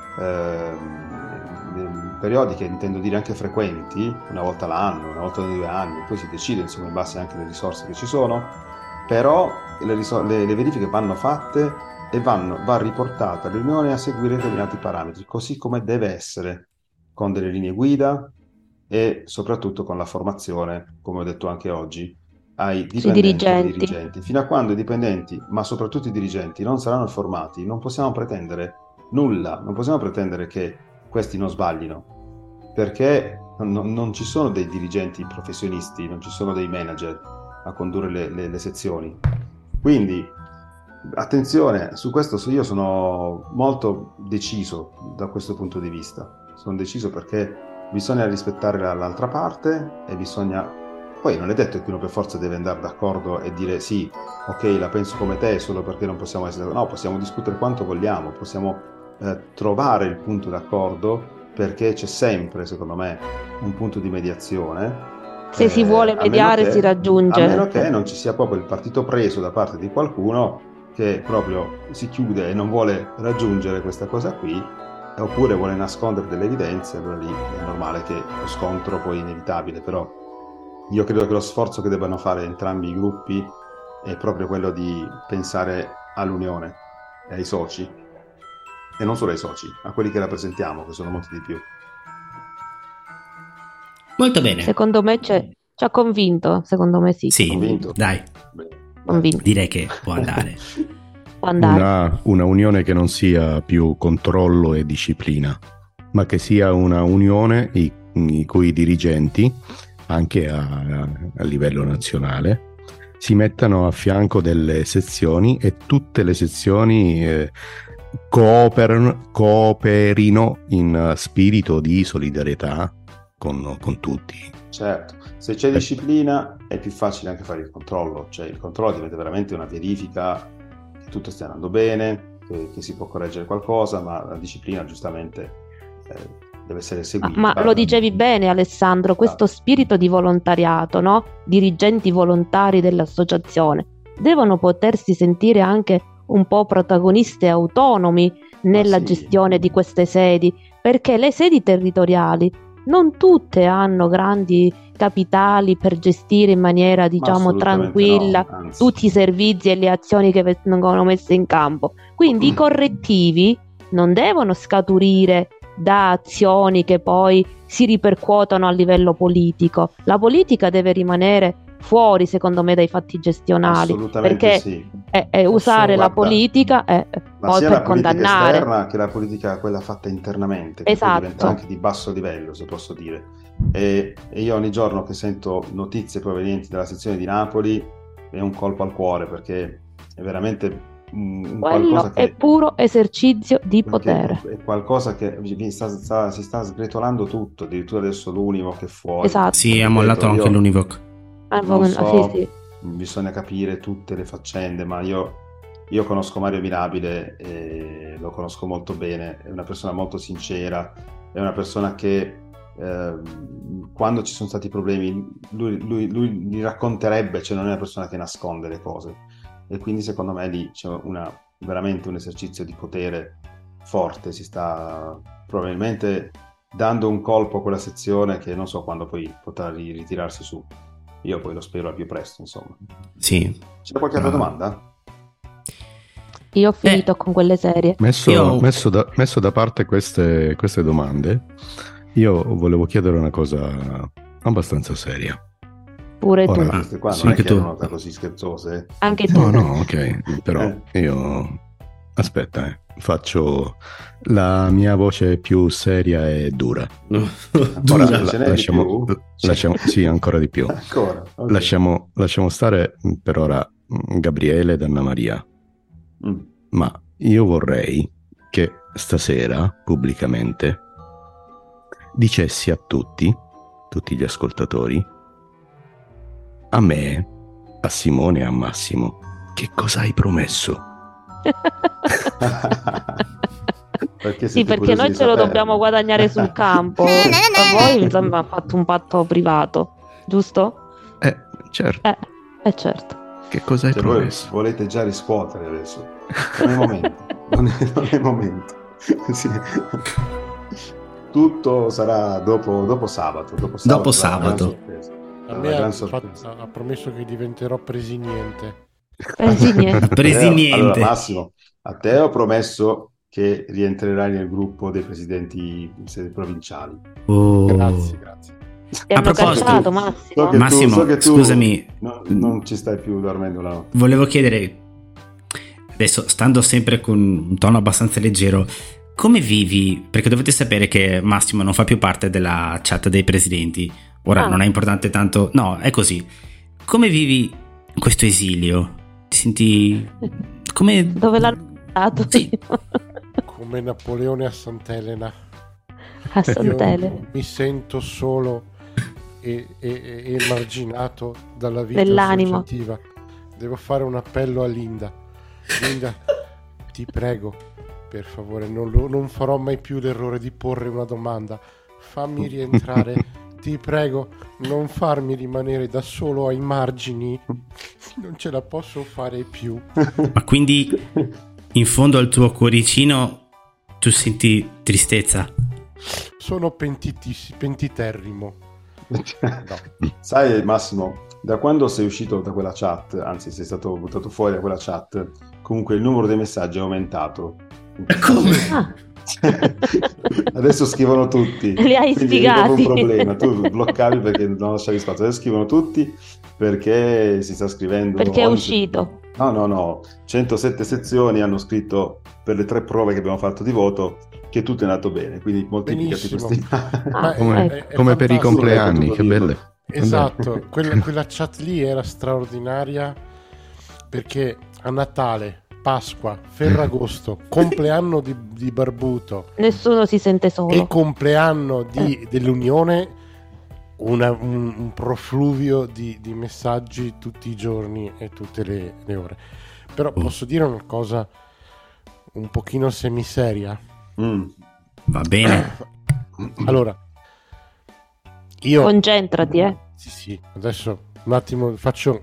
Speaker 3: intendo dire anche frequenti, una volta l'anno, una volta ogni 2 anni, poi si decide insomma in base anche alle risorse che ci sono, però le verifiche vanno fatte e va riportata all'Unione a seguire determinati parametri, così come deve essere, con delle linee guida e soprattutto con la formazione, come ho detto anche oggi, ai dipendenti e ai dirigenti. Fino a quando i dipendenti, ma soprattutto i dirigenti, non saranno formati, non possiamo pretendere nulla, non possiamo pretendere che questi non sbaglino, perché non ci sono dei dirigenti professionisti, non ci sono dei manager a condurre le sezioni. Quindi attenzione su questo, io sono molto deciso da questo punto di vista. Sono deciso perché bisogna rispettare l'altra parte e bisogna... Poi non è detto che uno per forza deve andare d'accordo e dire sì, ok, la penso come te solo perché non possiamo essere... No, possiamo discutere quanto vogliamo, possiamo trovare il punto d'accordo, perché c'è sempre, secondo me, un punto di mediazione.
Speaker 5: Se si vuole mediare si raggiunge.
Speaker 3: A meno che non ci sia proprio il partito preso da parte di qualcuno che proprio si chiude e non vuole raggiungere questa cosa qui, oppure vuole nascondere delle evidenze, allora lì è normale che lo scontro poi è inevitabile. Però io credo che lo sforzo che debbano fare entrambi i gruppi è proprio quello di pensare all'unione e ai soci, e non solo ai soci, a quelli che rappresentiamo, che sono molti di più.
Speaker 2: Molto bene.
Speaker 5: Secondo me ci ha convinto, secondo me sì.
Speaker 2: Sì,
Speaker 3: Convinto?
Speaker 2: dai.
Speaker 5: Convinto.
Speaker 2: Direi che può andare.
Speaker 5: Può andare.
Speaker 7: Una unione che non sia più controllo e disciplina, ma che sia una unione i cui dirigenti, anche a livello nazionale, si mettano a fianco delle sezioni e tutte le sezioni cooperino in spirito di solidarietà con tutti.
Speaker 3: Certo, se c'è disciplina è più facile anche fare il controllo, cioè il controllo diventa veramente una verifica che tutto stia andando bene, che si può correggere qualcosa, ma la disciplina giustamente deve essere seguita.
Speaker 5: Ma lo dicevi bene, Alessandro, questo spirito di volontariato, no? Dirigenti volontari dell'associazione devono potersi sentire anche un po' protagonisti e autonomi nella gestione di queste sedi, perché le sedi territoriali non tutte hanno grandi capitali per gestire in maniera, diciamo, tranquilla tutti i servizi e le azioni che vengono messe in campo. Quindi i correttivi non devono scaturire da azioni che poi si ripercuotono a livello politico. La politica deve rimanere fuori, secondo me, dai fatti gestionali, perché usare la politica
Speaker 3: ma sia
Speaker 5: per
Speaker 3: la
Speaker 5: condannare
Speaker 3: esterna che la politica quella fatta internamente, che
Speaker 5: esatto.
Speaker 3: diventa anche di basso livello, se posso dire. E io ogni giorno che sento notizie provenienti dalla sezione di Napoli è un colpo al cuore, perché è veramente qualcosa che
Speaker 5: è puro esercizio di potere,
Speaker 3: è qualcosa che si sta sgretolando tutto, addirittura adesso l'Univoc è fuori.
Speaker 5: Esatto.
Speaker 2: Sì, ha mollato anche l'Univoc.
Speaker 3: Non so,
Speaker 5: sì.
Speaker 3: Bisogna capire tutte le faccende, ma io conosco Mario Mirabile e lo conosco molto bene, è una persona molto sincera, è una persona che quando ci sono stati problemi lui li racconterebbe, cioè non è una persona che nasconde le cose, e quindi secondo me lì c'è veramente un esercizio di potere forte, si sta probabilmente dando un colpo a quella sezione che non so quando poi potrà ritirarsi su. Io poi lo spero al più presto, insomma.
Speaker 2: Sì.
Speaker 3: C'è qualche altra domanda?
Speaker 5: Io ho finito con quelle serie.
Speaker 7: Messo da parte queste domande, io volevo chiedere una cosa abbastanza seria.
Speaker 5: Pure
Speaker 3: tu.
Speaker 5: Queste
Speaker 3: qua non è che erano così scherzose.
Speaker 5: Anche tu.
Speaker 7: No, ok. Però io... Aspetta, faccio la mia voce più seria e dura. Lasciamo, sì, ancora di più.
Speaker 3: Ancora? Okay.
Speaker 7: Lasciamo stare per ora Gabriele ed Anna Maria. Ma io vorrei che stasera pubblicamente dicessi a tutti gli ascoltatori, a me, a Simone e a Massimo, che cosa hai promesso?
Speaker 5: Perché noi ce lo dobbiamo guadagnare sul campo. Poi insomma ha fatto un patto privato, giusto?
Speaker 7: Certo.
Speaker 5: Certo.
Speaker 7: Che cosa hai promesso?
Speaker 3: Voi volete già riscuotere adesso? Non è il momento. non è il momento. Sì. Tutto sarà dopo sabato.
Speaker 2: Dopo sabato.
Speaker 4: A me ha promesso che diventerò presiniente.
Speaker 3: Allora, Massimo, a te ho promesso che rientrerai nel gruppo dei presidenti provinciali.
Speaker 4: Grazie.
Speaker 5: A proposito,
Speaker 2: Massimo,
Speaker 3: so che tu
Speaker 2: scusami,
Speaker 3: non ci stai più dormendo la notte.
Speaker 2: Volevo chiedere, adesso stando sempre con un tono abbastanza leggero, come vivi? Perché dovete sapere che Massimo non fa più parte della chat dei presidenti. Ora non è importante tanto, no, è così. Come vivi questo esilio? Ti senti come...
Speaker 5: Dove l'ha dato?
Speaker 2: Sì.
Speaker 4: Come Napoleone a Sant'Elena.
Speaker 5: A Sant'Elena.
Speaker 4: Io mi sento solo e emarginato dalla vita
Speaker 5: dell'animo.
Speaker 4: Devo fare un appello a Linda. Linda, ti prego, per favore, non farò mai più l'errore di porre una domanda. Fammi rientrare, ti prego, non farmi rimanere da solo ai margini, non ce la posso fare più.
Speaker 2: Ma quindi in fondo al tuo cuoricino tu senti tristezza?
Speaker 4: Sono pentiterrimo.
Speaker 3: No. Sai Massimo, da quando sei uscito da quella chat, anzi sei stato buttato fuori da quella chat, comunque il numero dei messaggi è aumentato.
Speaker 2: Come?
Speaker 3: Adesso scrivono tutti.
Speaker 5: Li hai spiegati.
Speaker 3: Un problema. Tu bloccavi perché non lasciavi spazio. Adesso scrivono tutti perché si sta scrivendo.
Speaker 5: Perché è uscito.
Speaker 3: No. 107 sezioni hanno scritto per le 3 prove che abbiamo fatto di voto che tutto è andato bene. Quindi moltiplicati questi.
Speaker 7: Come per i compleanni, che belle.
Speaker 4: Esatto, quella chat lì era straordinaria perché a Natale, Pasqua, Ferragosto, compleanno di Barbuto,
Speaker 5: nessuno si sente solo,
Speaker 4: e compleanno dell'Unione, un profluvio di messaggi tutti i giorni e tutte le ore. Però posso dire una cosa un pochino semiseria?
Speaker 2: Va bene.
Speaker 4: Allora, io
Speaker 5: concentrati,
Speaker 4: Sì, adesso un attimo faccio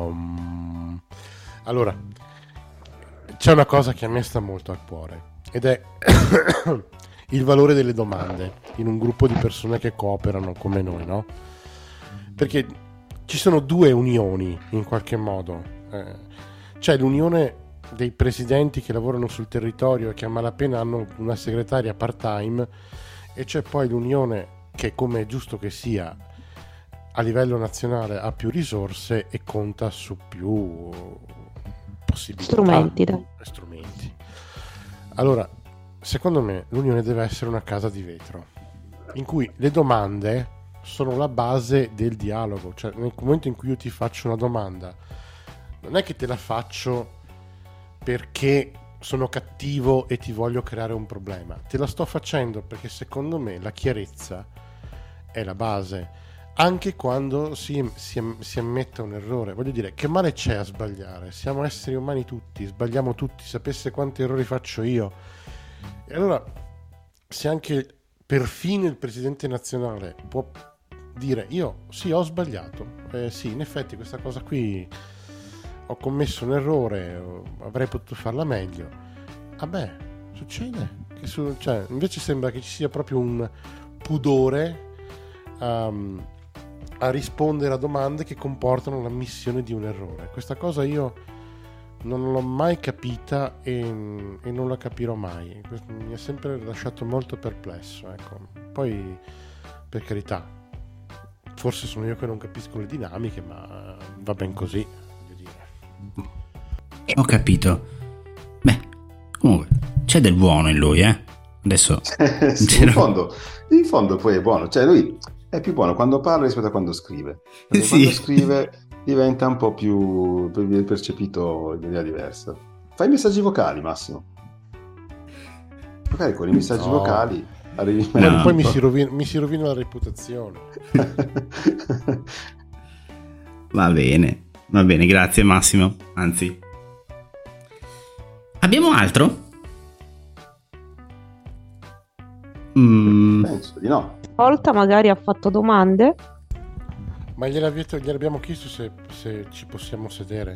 Speaker 4: allora, c'è una cosa che a me sta molto al cuore ed è il valore delle domande in un gruppo di persone che cooperano come noi, no? Perché ci sono 2 unioni in qualche modo. C'è l'unione dei presidenti che lavorano sul territorio e che a malapena hanno una segretaria part-time, e c'è poi l'unione che, come è giusto che sia, a livello nazionale ha più risorse e conta su più possibilità, strumenti. Allora, secondo me l'unione deve essere una casa di vetro in cui le domande sono la base del dialogo. Cioè, nel momento in cui io ti faccio una domanda, non è che te la faccio perché sono cattivo e ti voglio creare un problema, te la sto facendo perché secondo me la chiarezza è la base, anche quando si ammette un errore. Voglio dire, che male c'è a sbagliare? Siamo esseri umani tutti, sbagliamo tutti. Sapesse quanti errori faccio io. E allora, se anche perfino il presidente nazionale può dire io sì, ho sbagliato, sì, in effetti questa cosa qui ho commesso un errore, avrei potuto farla meglio, vabbè, succede che cioè, invece sembra che ci sia proprio un pudore a rispondere a domande che comportano l'ammissione di un errore. Questa cosa io non l'ho mai capita e non la capirò mai. Mi ha sempre lasciato molto perplesso, ecco. Poi, per carità, forse sono io che non capisco le dinamiche, ma va ben così, voglio dire.
Speaker 2: Ho capito. Beh, comunque c'è del buono in lui, adesso
Speaker 3: sì, in fondo poi è buono, cioè lui è più buono quando parla rispetto a quando scrive, perché
Speaker 2: sì.
Speaker 3: Quando scrive diventa un po' più percepito in maniera diversa. Fai messaggi vocali, Massimo, magari con i messaggi vocali arrivi
Speaker 4: no. Poi mi si rovina la reputazione.
Speaker 2: Va bene, grazie Massimo. Anzi, abbiamo altro?
Speaker 3: Penso di no.
Speaker 5: Volta magari ha fatto domande,
Speaker 4: ma gliel'abbiamo chiesto se ci possiamo sedere.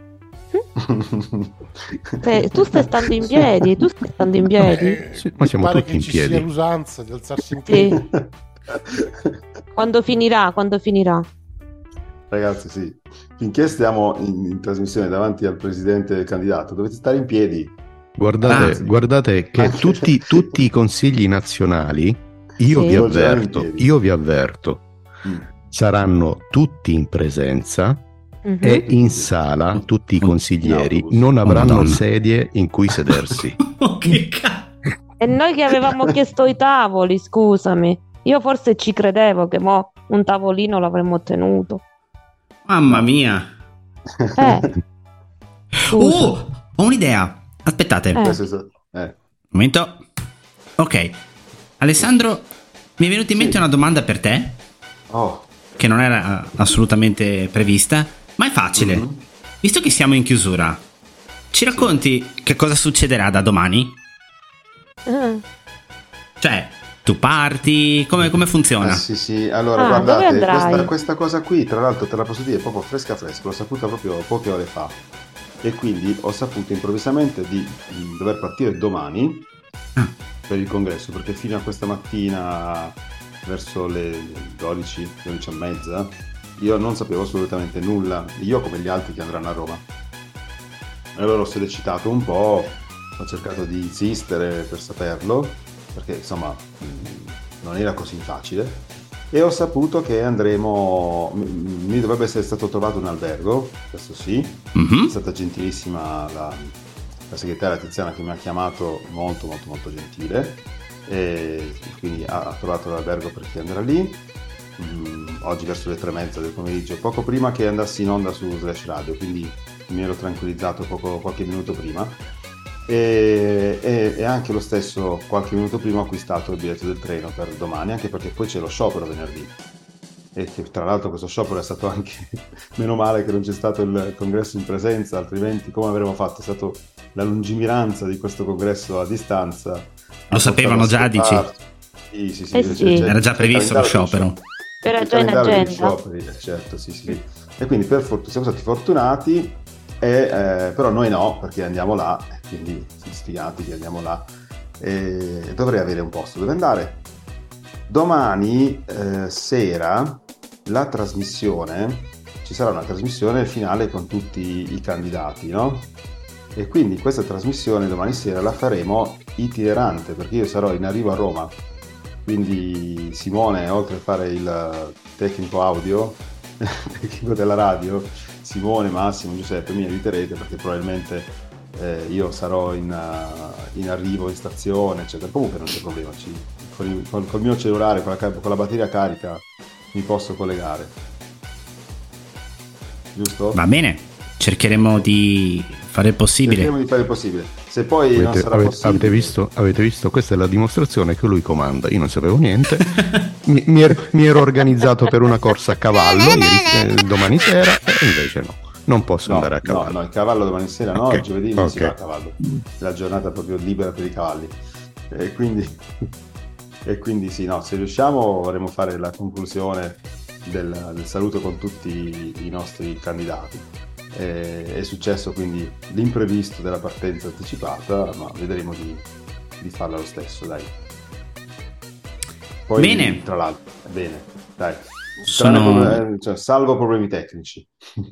Speaker 5: Tu stai stando in piedi,
Speaker 7: Sì, ma siamo
Speaker 4: pare
Speaker 7: tutti
Speaker 4: che
Speaker 7: in
Speaker 4: ci
Speaker 7: piedi.
Speaker 4: sia l'usanza di alzarsi in piedi.
Speaker 5: Sì. Quando finirà?
Speaker 3: Ragazzi, sì, finché stiamo in trasmissione davanti al presidente candidato dovete stare in piedi.
Speaker 7: Guardate che tutti i consigli nazionali, io vi avverto, saranno tutti in presenza e in sala tutti i consiglieri non avranno sedie in cui sedersi.
Speaker 5: E noi che avevamo chiesto i tavoli, scusami, io forse ci credevo che mo un tavolino l'avremmo tenuto.
Speaker 2: Mamma mia. Ho un'idea. Aspettate.
Speaker 3: Un
Speaker 2: momento. Ok, Alessandro, mi è venuta in mente una domanda per te, che non era assolutamente prevista, ma è facile. Visto che siamo in chiusura, ci racconti che cosa succederà da domani? Cioè, tu parti, come funziona?
Speaker 3: Sì, allora guardate, questa cosa qui, tra l'altro te la posso dire proprio fresca, l'ho saputa proprio poche ore fa, e quindi ho saputo improvvisamente di dover partire domani per il congresso, perché fino a questa mattina verso le 12 e mezza io non sapevo assolutamente nulla, io come gli altri che andranno a Roma. Allora ho sollecitato un po', ho cercato di insistere per saperlo, perché insomma non era così facile, e ho saputo che mi dovrebbe essere stato trovato un albergo, questo sì, è stata gentilissima la segretaria Tiziana che mi ha chiamato, molto molto molto gentile, e quindi ha trovato l'albergo per chi andrà lì, oggi verso le 3:30 del pomeriggio, poco prima che andassi in onda su Slash Radio, quindi mi ero tranquillizzato qualche minuto prima, e anche lo stesso qualche minuto prima ho acquistato il biglietto del treno per domani, anche perché poi c'è lo sciopero venerdì, e che tra l'altro questo sciopero è stato anche meno male che non c'è stato il congresso in presenza, altrimenti come avremmo fatto? È stato la lungimiranza di questo congresso a distanza.
Speaker 2: Lo sapevano già, dici?
Speaker 3: Sì.
Speaker 2: Era già previsto lo sciopero.
Speaker 5: Era già in agenda.
Speaker 3: Certo, sì. E quindi siamo stati fortunati, però noi no, perché andiamo là, quindi sfigati che andiamo là, e dovrei avere un posto dove andare. Domani sera la trasmissione, ci sarà una trasmissione finale con tutti i candidati, no? E quindi questa trasmissione domani sera la faremo itinerante, perché io sarò in arrivo a Roma, quindi Simone, oltre a fare il tecnico audio, tecnico della radio, Simone, Massimo, Giuseppe, mi aiuterete, perché probabilmente io sarò in arrivo in stazione, eccetera. Comunque non c'è problema, col mio cellulare, con la batteria carica, mi posso collegare. Giusto?
Speaker 2: Va bene, cercheremo di fare il possibile.
Speaker 3: Se poi non sarà possibile...
Speaker 7: Avete visto? Questa è la dimostrazione che lui comanda. Io non sapevo niente. mi ero organizzato per una corsa a cavallo domani sera, e invece no. Non posso andare a cavallo.
Speaker 3: No, il cavallo domani sera no, giovedì non si va a cavallo. È la giornata proprio libera per i cavalli. E quindi sì, no, se riusciamo vorremmo fare la conclusione del saluto con tutti i nostri candidati. È successo quindi l'imprevisto della partenza anticipata, ma vedremo di farla lo stesso, dai. Poi,
Speaker 2: bene.
Speaker 3: Tra l'altro, bene, dai. Salvo problemi tecnici.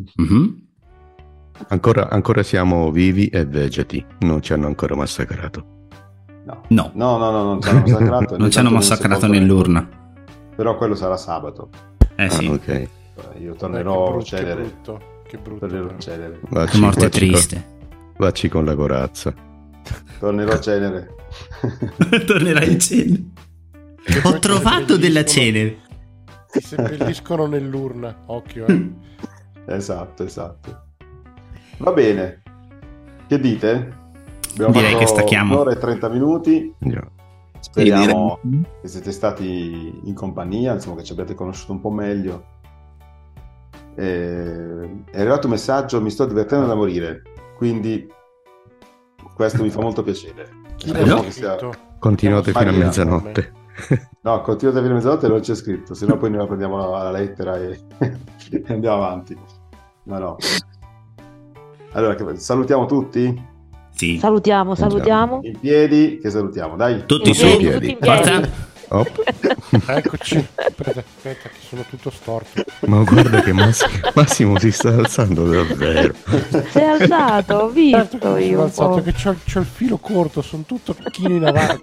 Speaker 7: Ancora siamo vivi e vegeti, non ci hanno ancora massacrato.
Speaker 3: No, non ci hanno massacrato.
Speaker 2: Non ci hanno massacrato nell'urna.
Speaker 3: Però quello sarà sabato.
Speaker 2: Sì.
Speaker 7: Ok.
Speaker 3: Io tornerò celere.
Speaker 4: Che brutto.
Speaker 3: Celere.
Speaker 2: Che morte triste.
Speaker 7: Vacci con la corazza.
Speaker 3: Tornerò celere.
Speaker 2: Tornerai in cenere. Ho trovato della cenere.
Speaker 4: Si seppelliscono nell'urna, occhio.
Speaker 3: Esatto. Va bene. Che dite? Abbiamo
Speaker 2: Direi che stacchiamo.
Speaker 3: Un'ora e 30 minuti.
Speaker 7: Yeah.
Speaker 3: Speriamo che siete stati in compagnia, insomma, che ci abbiate conosciuto un po' meglio. È arrivato un messaggio: mi sto divertendo da morire, quindi questo mi fa molto piacere.
Speaker 7: Continuate fino a mezzanotte.
Speaker 3: No, continuate fino a mezzanotte, non c'è scritto, sennò poi noi la prendiamo la lettera e andiamo avanti. Ma no. Allora, salutiamo tutti?
Speaker 5: Sì. Salutiamo.
Speaker 3: In piedi, che salutiamo, dai.
Speaker 2: Tutti su,
Speaker 5: piedi.
Speaker 2: Forza.
Speaker 4: Eccoci. Aspetta, che sono tutto storto.
Speaker 7: Ma guarda che Massimo si sta alzando davvero.
Speaker 5: Si è alzato, ho visto io.
Speaker 4: Alzato che c'ho il filo corto, sono tutto chino in avanti.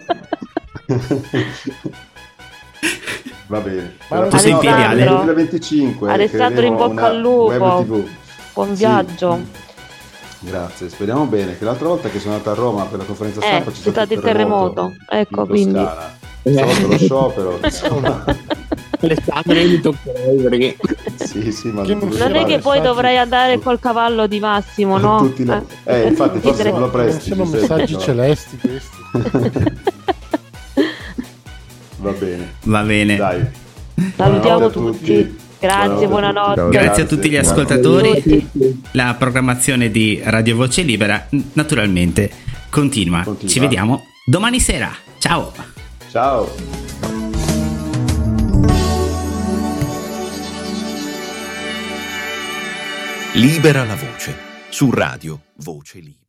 Speaker 3: Va bene.
Speaker 2: Tu sei in piedi, Ale?
Speaker 3: 2025.
Speaker 5: Alessandro, in bocca al lupo. Buon viaggio.
Speaker 3: Grazie, speriamo bene, che l'altra volta che sono andato a Roma per la conferenza stampa c'è stato il
Speaker 5: terremoto. Ecco, quindi
Speaker 3: sotto lo sciopero.
Speaker 6: Alessandro, io mi toccherei perché
Speaker 3: sì, ma
Speaker 5: non è che poi dovrai andare col cavallo di Massimo, no?
Speaker 3: Infatti forse me lo presti.
Speaker 4: Sono messaggi celesti questi.
Speaker 3: Va bene.
Speaker 2: Dai.
Speaker 5: Salutiamo tutti. Grazie, buonanotte.
Speaker 2: Grazie a tutti gli ascoltatori. La programmazione di Radio Voce Libera naturalmente continua. Ci vediamo domani sera. Ciao.
Speaker 3: Ciao.
Speaker 1: Libera la voce su Radio Voce Libera.